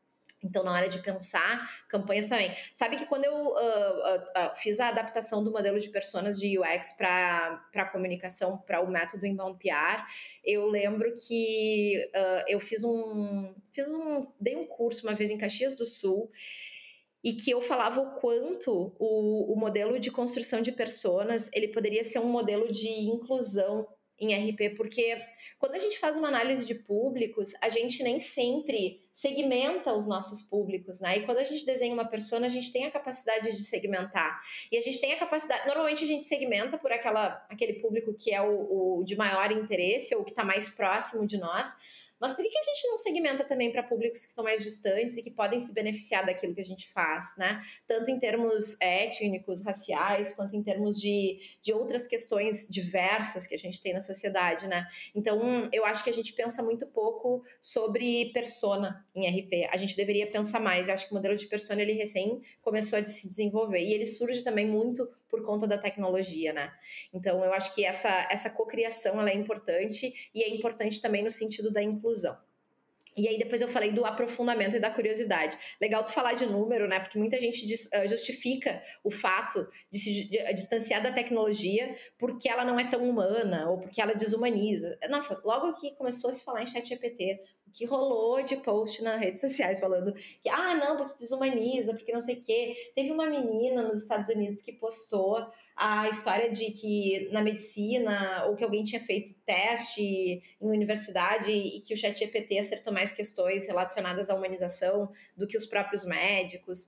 [SPEAKER 2] Então, na hora de pensar, campanhas também. Sabe que quando eu uh, uh, uh, fiz a adaptação do modelo de personas de U X para a comunicação, para o método Inbound P R, eu lembro que uh, eu fiz um, fiz um... dei um curso uma vez em Caxias do Sul, e que eu falava o quanto o, o modelo de construção de personas, ele poderia ser um modelo de inclusão em R P, porque quando a gente faz uma análise de públicos, a gente nem sempre segmenta os nossos públicos, né? E quando a gente desenha uma persona, a gente tem a capacidade de segmentar. E a gente tem a capacidade... Normalmente a gente segmenta por aquela, aquele público que é o, o de maior interesse ou que está mais próximo de nós. Mas por que a gente não segmenta também para públicos que estão mais distantes e que podem se beneficiar daquilo que a gente faz, né? Tanto em termos étnicos, raciais, quanto em termos de, de outras questões diversas que a gente tem na sociedade, né? Então, eu acho que a gente pensa muito pouco sobre persona em R P. A gente deveria pensar mais. Eu acho que o modelo de persona, ele recém começou a se desenvolver. E ele surge também muito por conta da tecnologia, né? Então, eu acho que essa, essa cocriação, ela é importante, e é importante também no sentido da inclusão. E aí depois eu falei do aprofundamento e da curiosidade. Legal tu falar de número, né? Porque muita gente diz, uh, justifica o fato de se de, distanciar da tecnologia porque ela não é tão humana ou porque ela desumaniza. Nossa, logo que começou a se falar em ChatGPT, o que rolou de post nas redes sociais falando que, ah, não, porque desumaniza, porque não sei o quê. Teve uma menina nos Estados Unidos que postou a história de que na medicina, ou que alguém tinha feito teste em universidade e que o ChatGPT acertou mais questões relacionadas à humanização do que os próprios médicos.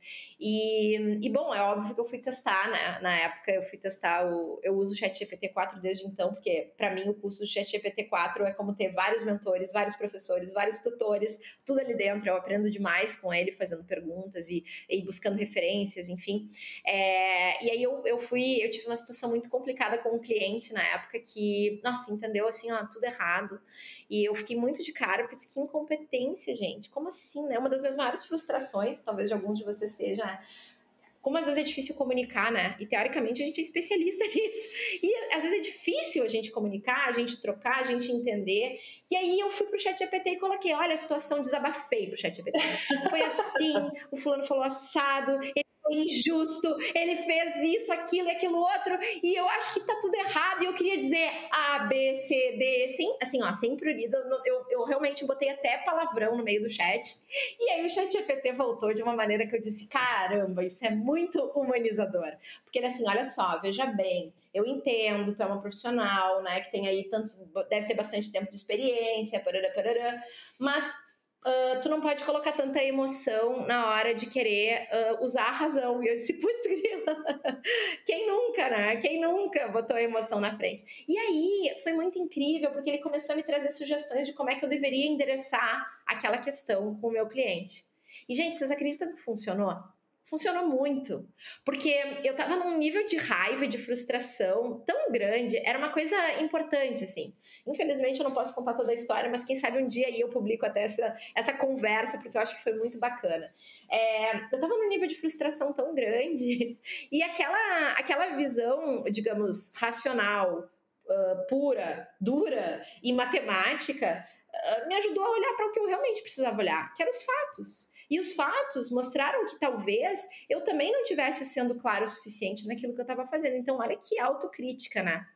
[SPEAKER 2] E, e bom, é óbvio que eu fui testar, né? Na época eu fui testar, o, eu uso o ChatGPT quatro desde então, porque para mim o curso do ChatGPT quatro é como ter vários mentores, vários professores, vários tutores, tudo ali dentro. Eu aprendo demais com ele, fazendo perguntas e, e buscando referências, enfim. É, e aí eu, eu fui, eu tive uma situação muito complicada com um cliente na época que, nossa, entendeu assim, ó, tudo errado. E eu fiquei muito de cara, porque disse, que incompetência, gente. Como assim, né? Uma das minhas maiores frustrações, talvez de alguns de vocês seja, como às vezes é difícil comunicar, né? E teoricamente a gente é especialista nisso. E às vezes é difícil a gente comunicar, a gente trocar, a gente entender. E aí eu fui pro ChatGPT e coloquei, olha a situação, desabafei pro ChatGPT. Foi assim, o fulano falou assado, ele foi injusto, ele fez isso, aquilo e aquilo outro, e eu acho que tá tudo errado, e eu queria dizer A, B, C, D, sim, assim, ó, sempre unido, eu, eu realmente botei até palavrão no meio do chat, e aí o ChatGPT voltou de uma maneira que eu disse, caramba, isso é muito humanizador, porque ele assim, olha só, veja bem, eu entendo, tu é uma profissional, né, que tem aí tanto, deve ter bastante tempo de experiência, parará, parará, mas Uh, tu não pode colocar tanta emoção na hora de querer uh, usar a razão. E eu disse, putz, grila, quem nunca, né? Quem nunca botou a emoção na frente? E aí, foi muito incrível, porque ele começou a me trazer sugestões de como é que eu deveria endereçar aquela questão com o meu cliente. E, gente, vocês acreditam que funcionou? Funcionou muito, porque eu tava num nível de raiva e de frustração tão grande, era uma coisa importante, assim. Infelizmente eu não posso contar toda a história, mas quem sabe um dia aí eu publico até essa, essa conversa, porque eu acho que foi muito bacana. É, eu tava num nível de frustração tão grande, e aquela, aquela visão, digamos, racional, uh, pura, dura e matemática, uh, me ajudou a olhar para o que eu realmente precisava olhar, que eram os fatos. E os fatos mostraram que talvez eu também não estivesse sendo claro o suficiente naquilo que eu estava fazendo. Então, olha que autocrítica, né?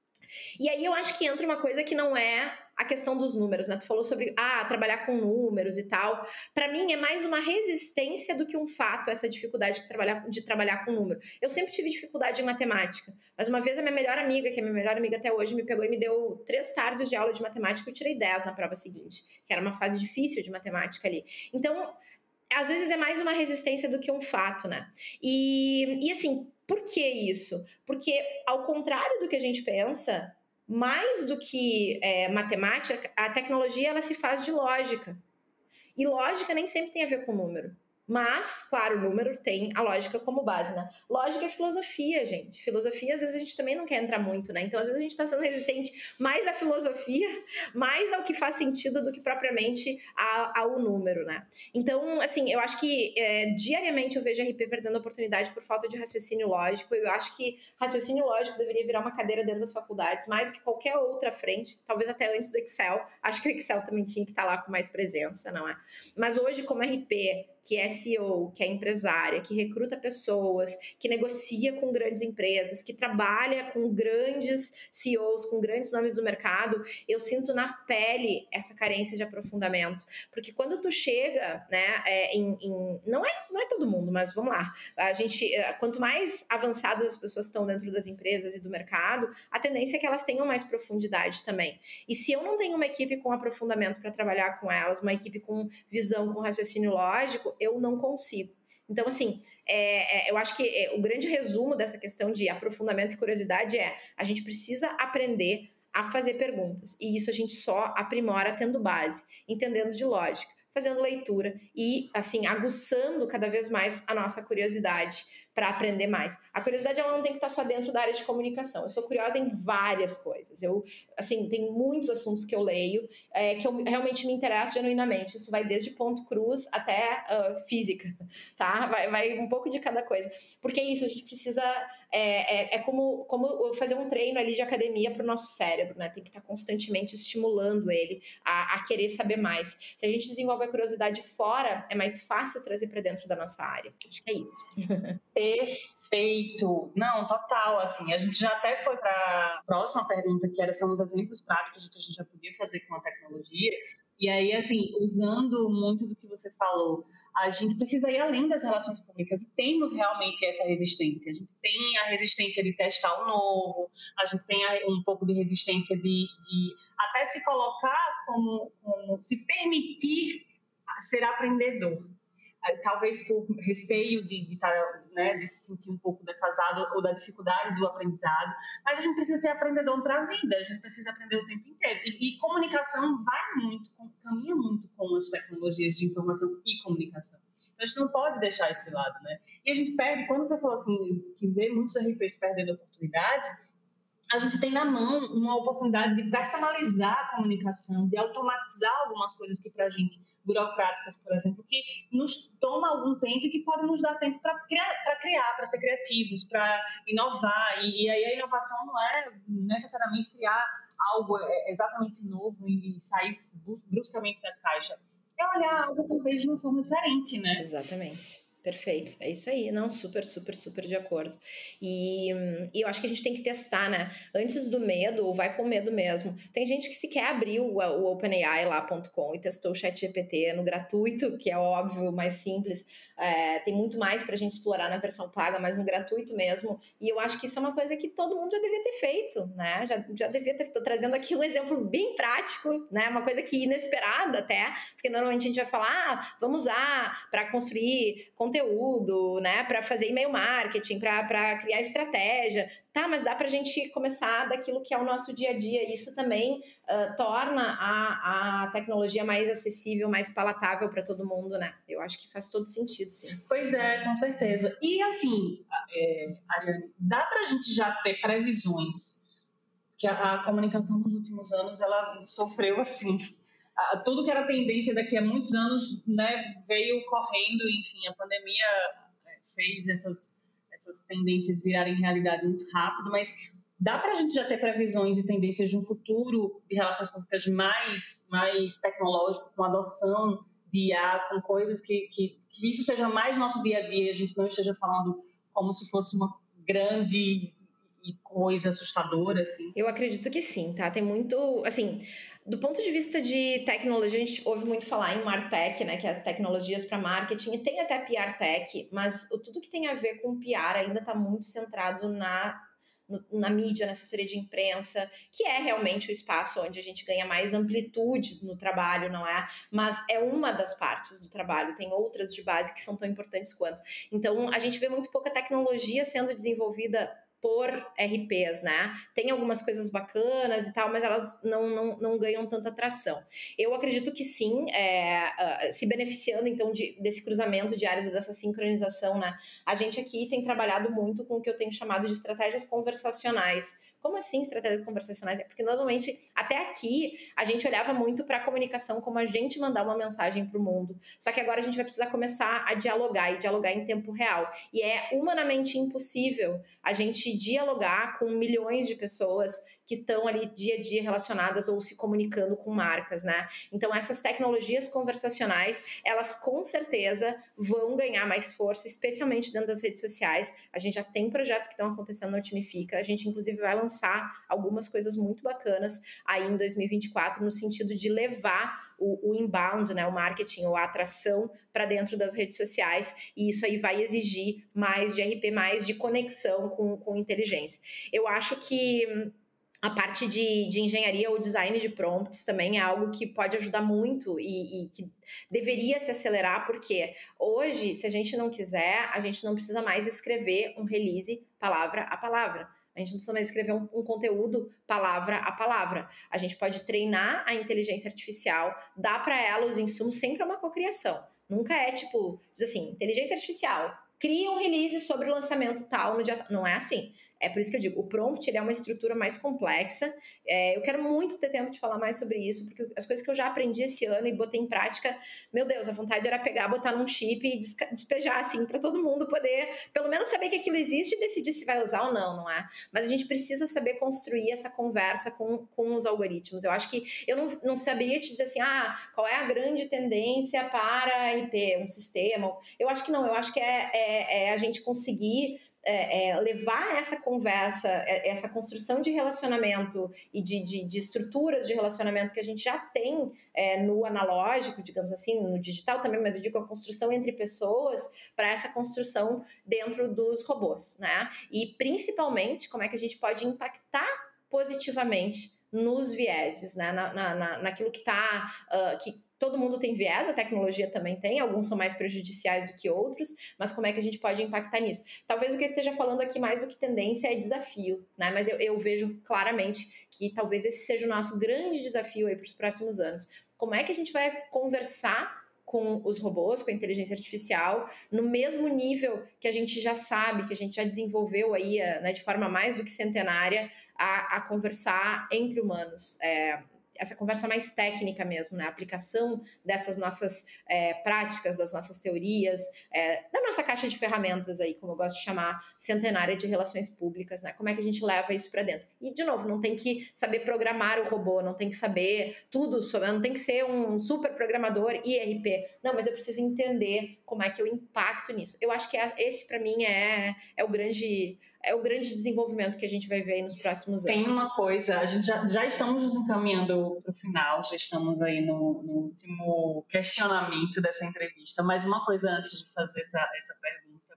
[SPEAKER 2] E aí eu acho que entra uma coisa que não é a questão dos números, né? Tu falou sobre, ah, trabalhar com números e tal. Para mim é mais uma resistência do que um fato, essa dificuldade de trabalhar, de trabalhar com número. Eu sempre tive dificuldade em matemática, mas uma vez a minha melhor amiga, que é minha melhor amiga até hoje, me pegou e me deu três tardes de aula de matemática e eu tirei dez na prova seguinte, que era uma fase difícil de matemática ali. Então, às vezes é mais uma resistência do que um fato, né? E, e assim, por que isso? Porque, ao contrário do que a gente pensa, mais do que é, matemática, a tecnologia ela se faz de lógica. E lógica nem sempre tem a ver com número. Mas, claro, o número tem a lógica como base, né? Lógica é filosofia, gente. Filosofia, às vezes, a gente também não quer entrar muito, né? Então, às vezes, a gente está sendo resistente mais à filosofia, mais ao que faz sentido do que propriamente a, ao número, né? Então, assim, eu acho que é, diariamente eu vejo a R P perdendo oportunidade por falta de raciocínio lógico. Eu acho que raciocínio lógico deveria virar uma cadeira dentro das faculdades, mais do que qualquer outra frente, talvez até antes do Excel. Acho que o Excel também tinha que estar lá com mais presença, não é? Mas hoje, como R P, que é C E O, que é empresária, que recruta pessoas, que negocia com grandes empresas, que trabalha com grandes C E Os, com grandes nomes do mercado, eu sinto na pele essa carência de aprofundamento. Porque quando tu chega, né, é, em, em, não, é, não é todo mundo, mas vamos lá, a gente, quanto mais avançadas as pessoas estão dentro das empresas e do mercado, a tendência é que elas tenham mais profundidade também. E se eu não tenho uma equipe com aprofundamento para trabalhar com elas, uma equipe com visão, com raciocínio lógico, eu não consigo. Então, assim, é, é, eu acho que é, o grande resumo dessa questão de aprofundamento e curiosidade é a gente precisa aprender a fazer perguntas. E isso a gente só aprimora tendo base, entendendo de lógica, fazendo leitura e, assim, aguçando cada vez mais a nossa curiosidade para aprender mais. A curiosidade, ela não tem que estar só dentro da área de comunicação. Eu sou curiosa em várias coisas. Eu, assim, tem muitos assuntos que eu leio é, que eu realmente me interesso genuinamente. Isso vai desde ponto cruz até uh, física, tá? Vai, vai um pouco de cada coisa. Porque é isso, a gente precisa... É, é, é como, como fazer um treino ali de academia para o nosso cérebro, né? Tem que estar constantemente estimulando ele a, a querer saber mais. Se a gente desenvolve a curiosidade fora, é mais fácil trazer para dentro da nossa área. Acho que é isso.
[SPEAKER 1] Perfeito. Não, total, assim, a gente já até foi para a próxima pergunta, que era, são os exemplos práticos do que a gente já podia fazer com a tecnologia, e aí, assim, usando muito do que você falou, a gente precisa ir além das relações públicas e temos realmente essa resistência. A gente tem a resistência de testar o novo, a gente tem um pouco de resistência de, de até se colocar como, como se permitir ser aprendedor. Talvez por receio de, de, tá, né, de se sentir um pouco defasado ou da dificuldade do aprendizado, mas a gente precisa ser aprendedor para a vida, a gente precisa aprender o tempo inteiro. E, e comunicação vai muito, caminha muito com as tecnologias de informação e comunicação. Então, a gente não pode deixar isso de lado, né? E a gente perde, quando você falou assim, que vê muitos R Ps perdendo oportunidades, a gente tem na mão uma oportunidade de personalizar a comunicação, de automatizar algumas coisas que para a gente, burocráticas, por exemplo, que nos toma algum tempo e que pode nos dar tempo para criar, criar para ser criativos, para inovar. E, e aí a inovação não é necessariamente criar algo exatamente novo e sair bruscamente da caixa. É olhar algo talvez de uma forma diferente, né?
[SPEAKER 2] Exatamente. Perfeito, é isso aí, não, super, super, super de acordo. E, e eu acho que a gente tem que testar, né? Antes do medo, ou vai com medo mesmo. Tem gente que sequer abriu o, o OpenAI lá ponto com e testou o ChatGPT no gratuito, que é óbvio, mais simples. É, tem muito mais pra gente explorar na versão paga, mas no gratuito mesmo. E eu acho que isso é uma coisa que todo mundo já devia ter feito, né? Já, já devia ter, tô trazendo aqui um exemplo bem prático, né? Uma coisa que inesperada até, porque normalmente a gente vai falar, ah, vamos usar para construir conteúdo, né? Para fazer e-mail marketing, para criar estratégia. Tá, mas dá pra gente começar daquilo que é o nosso dia a dia. Isso também uh, torna a, a tecnologia mais acessível, mais palatável para todo mundo, né? Eu acho que faz todo sentido, sim.
[SPEAKER 1] Pois é, com certeza. E assim, é, Ariane, dá pra gente já ter previsões que a, a comunicação nos últimos anos, ela sofreu assim, a, tudo que era tendência daqui a muitos anos, né, veio correndo, enfim, a pandemia fez essas essas tendências virarem realidade muito rápido, mas dá para a gente já ter previsões e tendências de um futuro de relações públicas mais, mais tecnológico, com adoção de I A, com coisas que, que, que isso seja mais nosso dia a dia, a gente não esteja falando como se fosse uma grande coisa assustadora, assim?
[SPEAKER 2] Eu acredito que sim, tá? Tem muito, assim... Do ponto de vista de tecnologia, a gente ouve muito falar em MarTech, né, que é as tecnologias para marketing, e tem até P R Tech, mas tudo que tem a ver com P R ainda está muito centrado na, no, na mídia, na assessoria de imprensa, que é realmente o espaço onde a gente ganha mais amplitude no trabalho, não é? Mas é uma das partes do trabalho, tem outras de base que são tão importantes quanto. Então, a gente vê muito pouca tecnologia sendo desenvolvida por R Ps, né? Tem algumas coisas bacanas e tal, mas elas não, não, não ganham tanta atração. Eu acredito que sim, é, uh, se beneficiando então de, desse cruzamento de áreas e dessa sincronização, né? A gente aqui tem trabalhado muito com o que eu tenho chamado de estratégias conversacionais. Como assim estratégias conversacionais? É porque normalmente, até aqui, a gente olhava muito para a comunicação como a gente mandar uma mensagem para o mundo. Só que agora a gente vai precisar começar a dialogar e dialogar em tempo real. E é humanamente impossível a gente dialogar com milhões de pessoas que estão ali dia a dia relacionadas ou se comunicando com marcas, né? Então, essas tecnologias conversacionais, elas com certeza vão ganhar mais força, especialmente dentro das redes sociais. A gente já tem projetos que estão acontecendo no Otimifica, a gente inclusive vai lançar algumas coisas muito bacanas aí em dois mil e vinte e quatro, no sentido de levar o, o inbound, né, o marketing ou a atração para dentro das redes sociais, e isso aí vai exigir mais de R P, mais de conexão com, com inteligência. Eu acho que a parte de, de engenharia ou design de prompts também é algo que pode ajudar muito e, e que deveria se acelerar, porque hoje, se a gente não quiser, a gente não precisa mais escrever um release palavra a palavra. A gente não precisa mais escrever um, um conteúdo palavra a palavra. A gente pode treinar a inteligência artificial, dar para ela os insumos, sempre é uma cocriação. Nunca é tipo, diz assim, inteligência artificial, cria um release sobre o lançamento tal no dia tal. Não é assim. É por isso que eu digo, o prompt ele é uma estrutura mais complexa. É, eu quero muito ter tempo de falar mais sobre isso, porque as coisas que eu já aprendi esse ano e botei em prática, meu Deus, a vontade era pegar, botar num chip e despejar, assim, para todo mundo poder, pelo menos saber que aquilo existe e decidir se vai usar ou não, não é? Mas a gente precisa saber construir essa conversa com, com os algoritmos. Eu acho que eu não, não saberia te dizer assim, ah, qual é a grande tendência para R P, um sistema. Eu acho que não, eu acho que é, é, é a gente conseguir É, é, levar essa conversa, essa construção de relacionamento e de, de, de estruturas de relacionamento que a gente já tem é, no analógico, digamos assim, no digital também, mas eu digo a construção entre pessoas, para essa construção dentro dos robôs, né? E principalmente como é que a gente pode impactar positivamente nos vieses, né? na, na, naquilo que está... Uh, que todo mundo tem viés, a tecnologia também tem, alguns são mais prejudiciais do que outros, mas como é que a gente pode impactar nisso? Talvez o que eu esteja falando aqui mais do que tendência é desafio, né? Mas eu, eu vejo claramente que talvez esse seja o nosso grande desafio aí para os próximos anos. Como é que a gente vai conversar com os robôs, com a inteligência artificial, no mesmo nível que a gente já sabe, que a gente já desenvolveu aí, né, de forma mais do que centenária, a, a conversar entre humanos. É, essa conversa mais técnica mesmo, né? A aplicação dessas nossas é, práticas, das nossas teorias, é, da nossa caixa de ferramentas aí, como eu gosto de chamar, centenária de relações públicas, né? Como é que a gente leva isso para dentro? E, de novo, não tem que saber programar o robô, não tem que saber tudo sobre, não tem que ser um super programador I R P. Não, mas eu preciso entender como é que eu impacto nisso. Eu acho que é, esse, para mim, é, é o grande... é o grande desenvolvimento que a gente vai ver aí nos próximos anos.
[SPEAKER 1] Tem uma coisa, a gente já, já estamos nos encaminhando para o final, já estamos aí no, no último questionamento dessa entrevista, mas uma coisa antes de fazer essa, essa pergunta,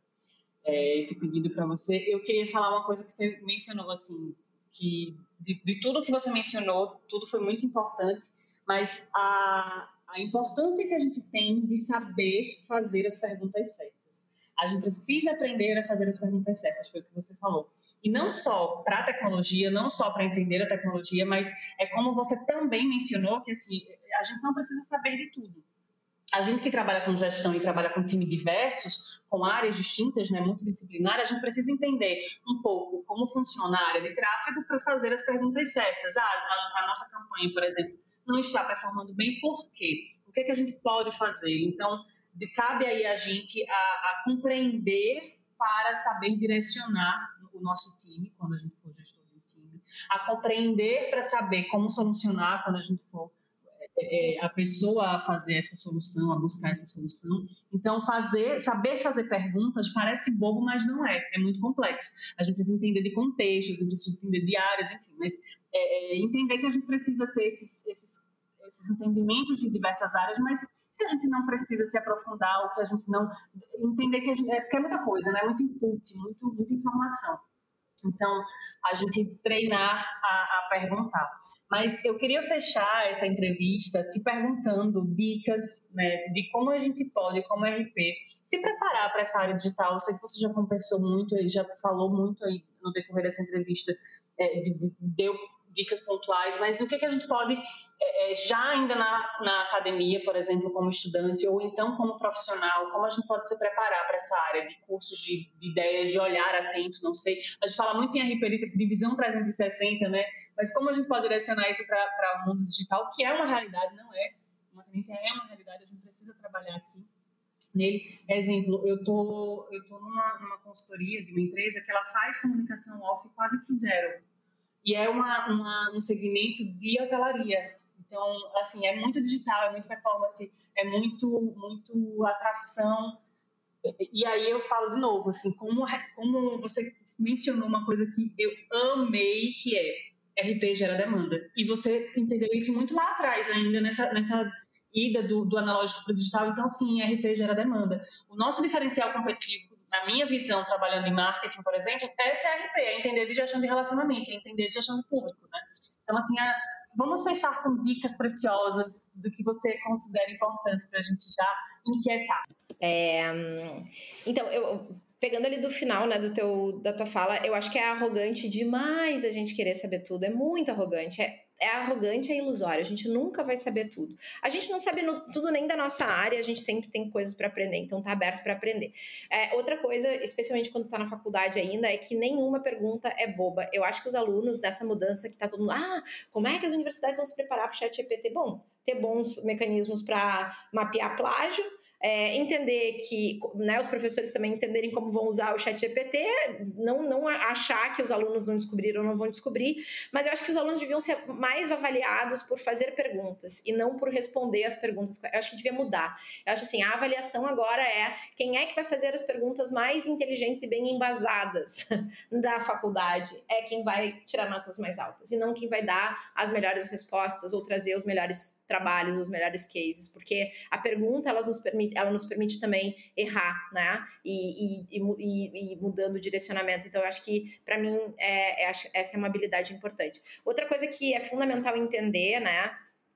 [SPEAKER 1] é, esse pedido para você, eu queria falar uma coisa que você mencionou, assim, que de, de tudo que você mencionou, tudo foi muito importante, mas a, a importância que a gente tem de saber fazer as perguntas certas. A gente precisa aprender a fazer as perguntas certas, foi o que você falou. E não só para a tecnologia, não só para entender a tecnologia, mas é como você também mencionou, que assim, a gente não precisa saber de tudo. A gente que trabalha com gestão e trabalha com times diversos, com áreas distintas, né, multidisciplinares, a gente precisa entender um pouco como funciona a área de tráfego para fazer as perguntas certas. Ah, a, a nossa campanha, por exemplo, não está performando bem, por quê? O que é que a gente pode fazer? Então, de, cabe aí a gente a, a compreender para saber direcionar o nosso time, quando a gente for gestor do time, a compreender para saber como solucionar quando a gente for é, a pessoa a fazer essa solução, a buscar essa solução. Então, fazer, saber fazer perguntas parece bobo, mas não é, é muito complexo. A gente precisa entender de contextos, a gente precisa entender de áreas, enfim, mas é, é, entender que a gente precisa ter esses, esses, esses entendimentos de diversas áreas, mas se a gente não precisa se aprofundar, ou que a gente não... Entender que a gente... É porque é muita coisa, né? Muito input, muito, muita informação. Então, a gente treinar a, a perguntar. Mas eu queria fechar essa entrevista te perguntando dicas, né, de como a gente pode, como R P, se preparar para essa área digital. Eu sei que você já conversou muito, já falou muito aí no decorrer dessa entrevista é, deu dicas pontuais, mas o que, que a gente pode, é, já ainda na, na academia, por exemplo, como estudante, ou então como profissional, como a gente pode se preparar para essa área de cursos, de, de ideias, de olhar atento, não sei. A gente fala muito em R P de divisão trezentos e sessenta, né? Mas como a gente pode direcionar isso para o mundo digital, que é uma realidade, não é? Uma tendência é uma realidade, a gente precisa trabalhar aqui nele. Exemplo, eu tô, eu tô numa, numa consultoria de uma empresa que ela faz comunicação off quase que zero. E é uma, uma, um segmento de hotelaria. Então, assim, é muito digital, é muito performance, é muito, muito atração. E aí eu falo de novo, assim, como, como você mencionou uma coisa que eu amei, que é R P gera demanda. E você entendeu isso muito lá atrás ainda, nessa, nessa ida do, do analógico para o digital. Então, sim, R P gera demanda. O nosso diferencial competitivo, na minha visão, trabalhando em marketing, por exemplo, é esse R P, é entender de gestão de relacionamento, é entender de gestão de público, né? Então, assim, a, vamos fechar com dicas preciosas do que você considera importante para a gente já inquietar.
[SPEAKER 2] É, então, eu, pegando ali do final, né, do teu, da tua fala, eu acho que é arrogante demais a gente querer saber tudo, é muito arrogante, é, é arrogante, é ilusório, a gente nunca vai saber tudo. A gente não sabe no, tudo nem da nossa área, a gente sempre tem coisas para aprender, então tá aberto para aprender. É, outra coisa, especialmente quando tá na faculdade ainda, é que nenhuma pergunta é boba. Eu acho que os alunos dessa mudança que tá todo mundo, ah, como é que as universidades vão se preparar para o chat G P T? Bom, ter bons mecanismos para mapear plágio, É, entender que, né, os professores também entenderem como vão usar o chat G P T, não, não achar que os alunos não descobriram ou não vão descobrir, mas eu acho que os alunos deviam ser mais avaliados por fazer perguntas e não por responder as perguntas. Eu acho que devia mudar. Eu acho assim, a avaliação agora é quem é que vai fazer as perguntas mais inteligentes e bem embasadas da faculdade, é quem vai tirar notas mais altas, e não quem vai dar as melhores respostas ou trazer os melhores trabalhos, os melhores cases, porque a pergunta ela nos permite, ela nos permite também errar, né? E, e, e, e mudando o direcionamento. Então, eu acho que, para mim, é, é, essa é uma habilidade importante. Outra coisa que é fundamental entender, né?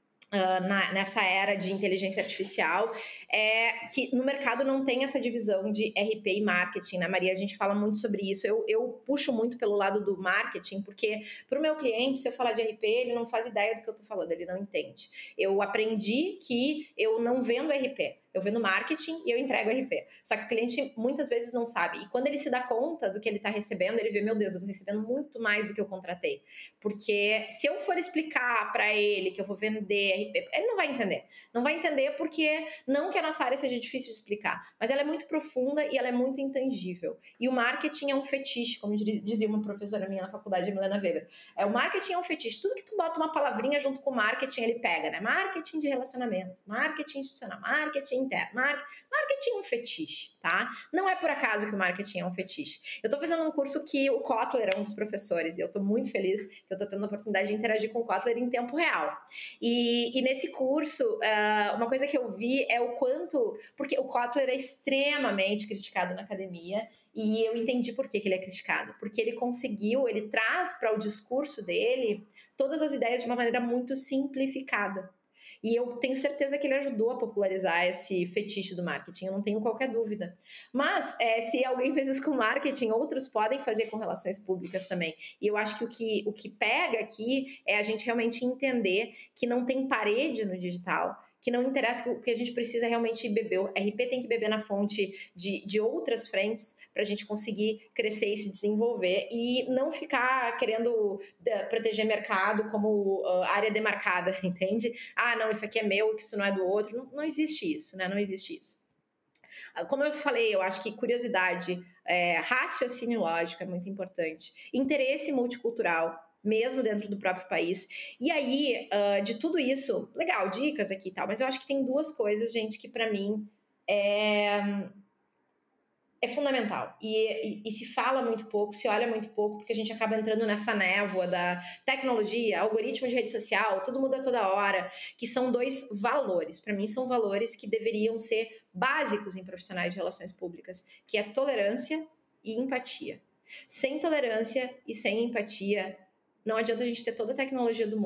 [SPEAKER 2] Uh, na, nessa era de inteligência artificial, é que no mercado não tem essa divisão de R P e marketing, né, Maria? A gente fala muito sobre isso. Eu, eu puxo muito pelo lado do marketing, porque para o meu cliente, se eu falar de R P, ele não faz ideia do que eu estou falando, ele não entende. Eu aprendi que eu não vendo R P, eu vendo marketing e eu entrego R P. Só que o cliente muitas vezes não sabe. E quando ele se dá conta do que ele está recebendo, ele vê, meu Deus, eu estou recebendo muito mais do que eu contratei. Porque se eu for explicar para ele que eu vou vender R P, ele não vai entender. Não vai entender porque, não que a nossa área seja difícil de explicar, mas ela é muito profunda e ela é muito intangível. E o marketing é um fetiche, como dizia uma professora minha na faculdade, a Milena Weber. É, o marketing é um fetiche. Tudo que tu bota uma palavrinha junto com o marketing, ele pega, né? Marketing de relacionamento, marketing institucional, marketing interno, marketing é um fetiche, tá? Não é por acaso que o marketing é um fetiche. Eu tô fazendo um curso que o Kotler é um dos professores e eu tô muito feliz que eu tô tendo a oportunidade de interagir com o Kotler em tempo real. E, e nesse curso, uh, uma coisa que eu vi é o quanto... Porque o Kotler é extremamente criticado na academia e eu entendi por que, que ele é criticado. Porque ele conseguiu, ele traz para o discurso dele todas as ideias de uma maneira muito simplificada. E eu tenho certeza que ele ajudou a popularizar esse fetiche do marketing, eu não tenho qualquer dúvida. Mas, é, se alguém fez isso com marketing, outros podem fazer com relações públicas também. E eu acho que o que, o que pega aqui é a gente realmente entender que não tem parede no digital, que não interessa, o que a gente precisa realmente beber. O R P tem que beber na fonte de, de outras frentes para a gente conseguir crescer e se desenvolver e não ficar querendo uh, proteger mercado como uh, área demarcada, entende? Ah, não, isso aqui é meu, isso não é do outro. Não, não existe isso, né? Não existe isso. Como eu falei, eu acho que curiosidade, é, raciocínio lógico é muito importante. Interesse multicultural, mesmo dentro do próprio país. E aí, uh, de tudo isso, legal, dicas aqui e tal, mas eu acho que tem duas coisas, gente, que para mim é, é fundamental. E, e, e se fala muito pouco, se olha muito pouco, porque a gente acaba entrando nessa névoa da tecnologia, algoritmo de rede social, tudo muda toda hora, que são dois valores. Para mim, são valores que deveriam ser básicos em profissionais de relações públicas, que é tolerância e empatia. Sem tolerância e sem empatia, não adianta a gente ter toda a tecnologia do mundo.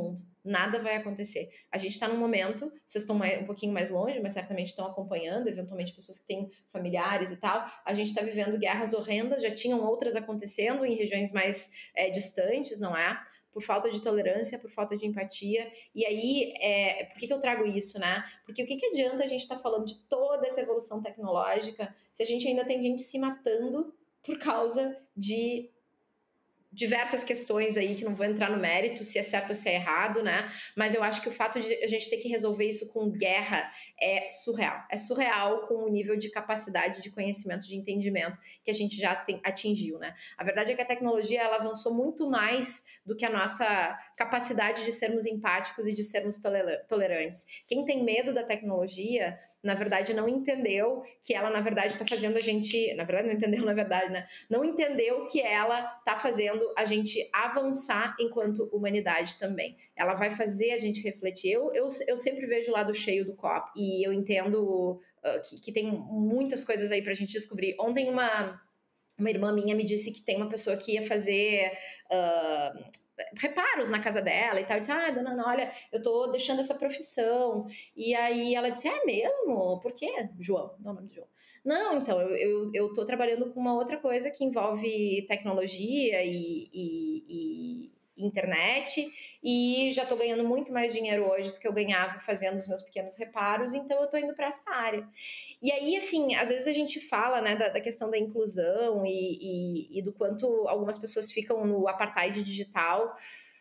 [SPEAKER 2] nada vai acontecer. A gente está num momento, vocês estão mais, um pouquinho mais longe, mas certamente estão acompanhando, eventualmente pessoas que têm familiares e tal, a gente está vivendo guerras horrendas, já tinham outras acontecendo em regiões mais é, distantes, não é? Por falta de tolerância, por falta de empatia. E aí, é, por que, que eu trago isso, né? Porque o que, que adianta a gente estar tá falando de toda essa evolução tecnológica se a gente ainda tem gente se matando por causa de diversas questões aí que não vou entrar no mérito, se é certo ou se é errado, né? Mas eu acho que o fato de a gente ter que resolver isso com guerra é surreal. É surreal com o nível de capacidade, de conhecimento, de entendimento que a gente já tem, atingiu, né? A verdade é que a tecnologia, ela avançou muito mais do que a nossa capacidade de sermos empáticos e de sermos tolerantes. Quem tem medo da tecnologia, na verdade, não entendeu que ela, na verdade, está fazendo a gente... Na verdade, não entendeu, na verdade, né? Não entendeu que ela está fazendo a gente avançar enquanto humanidade também. Ela vai fazer a gente refletir. Eu, eu, eu sempre vejo o lado cheio do copo. E eu entendo uh, que, que tem muitas coisas aí para a gente descobrir. Ontem, uma, uma irmã minha me disse que tem uma pessoa que ia fazer... Uh, reparos na casa dela e tal, eu disse, ah, dona Ana, olha, eu tô deixando essa profissão, e aí ela disse, é mesmo? Por quê? João, não, nome de João. Não, então, eu, eu, eu tô trabalhando com uma outra coisa que envolve tecnologia e, e, e internet, e já tô ganhando muito mais dinheiro hoje do que eu ganhava fazendo os meus pequenos reparos, então eu tô indo para essa área. E aí, assim, às vezes a gente fala, né, da, da questão da inclusão e, e, e do quanto algumas pessoas ficam no apartheid digital,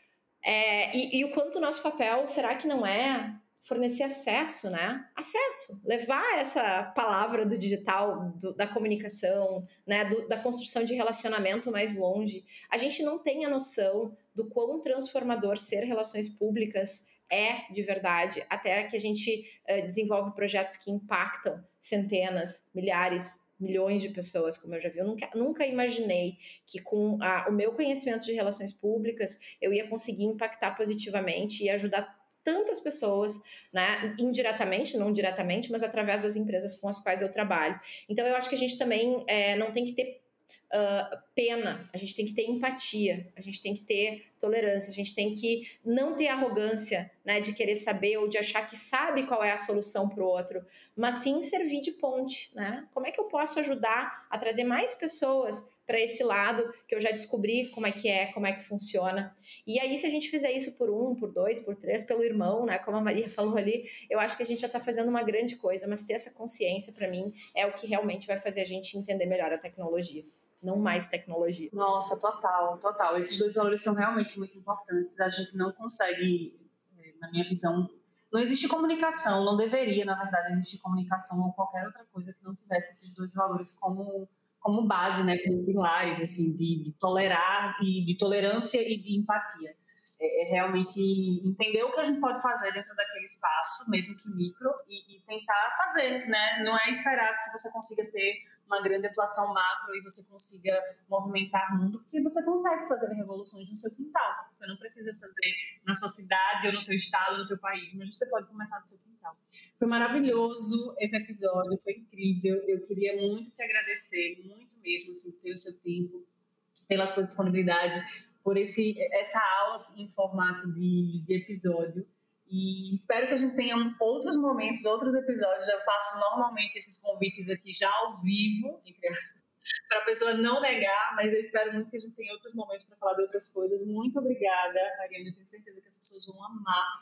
[SPEAKER 2] é, e, e o quanto o nosso papel, será que não é fornecer acesso, né? Acesso, levar essa palavra do digital, do, da comunicação, né, do, da construção de relacionamento mais longe. A gente não tem a noção do quão transformador ser relações públicas é de verdade, até que a gente uh, desenvolve projetos que impactam centenas, milhares, milhões de pessoas, como eu já vi. Eu nunca, nunca imaginei que com a, o meu conhecimento de relações públicas eu ia conseguir impactar positivamente e ajudar tantas pessoas, né, indiretamente, não diretamente, mas através das empresas com as quais eu trabalho. Então eu acho que a gente também é, não tem que ter Uh, pena, a gente tem que ter empatia, a gente tem que ter tolerância, a gente tem que não ter arrogância, né, de querer saber ou de achar que sabe qual é a solução para o outro, mas sim servir de ponte, né? Como é que eu posso ajudar a trazer mais pessoas para esse lado que eu já descobri como é que é, como é que funciona. E aí, se a gente fizer isso por um, por dois, por três, pelo irmão, né, como a Maria falou ali, eu acho que a gente já está fazendo uma grande coisa, mas ter essa consciência, para mim, é o que realmente vai fazer a gente entender melhor a tecnologia. Não mais tecnologia.
[SPEAKER 1] Nossa, total, total. Esses dois valores são realmente muito importantes. A gente não consegue, na minha visão, não existe comunicação, não deveria, na verdade, existir comunicação ou qualquer outra coisa que não tivesse esses dois valores como, como base, né, como pilares, assim, de, de tolerar, e de tolerância e de empatia. É, é realmente entender o que a gente pode fazer dentro daquele espaço, mesmo que micro, e, e tentar fazer, né? Não é esperar que você consiga ter uma grande atuação macro e você consiga movimentar o mundo, porque você consegue fazer revoluções no seu quintal. Você não precisa fazer na sua cidade ou no seu estado, no seu país, mas você pode começar no seu quintal. Foi maravilhoso esse episódio, foi incrível. Eu queria muito te agradecer, muito mesmo, assim, pelo seu tempo, pela sua disponibilidade, por esse, essa aula em formato de, de episódio, e espero que a gente tenha outros momentos, outros episódios. Eu faço normalmente esses convites aqui já ao vivo, entre aspas, para a pessoa não negar, mas eu espero muito que a gente tenha outros momentos para falar de outras coisas. Muito obrigada, Ariane, eu tenho certeza que as pessoas vão amar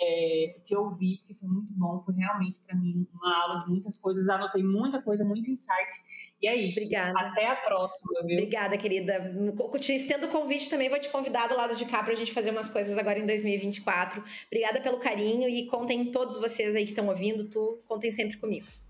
[SPEAKER 1] É, te ouvir, porque foi muito bom, foi realmente para mim uma aula de muitas coisas, anotei muita coisa, muito insight, e é isso.
[SPEAKER 2] Obrigada.
[SPEAKER 1] Até a próxima, viu?
[SPEAKER 2] Obrigada, querida. Te estendo o convite também, vou te convidar do lado de cá pra gente fazer umas coisas agora em dois mil e vinte e quatro. Obrigada pelo carinho e contem todos vocês aí que estão ouvindo, tu, contem sempre comigo.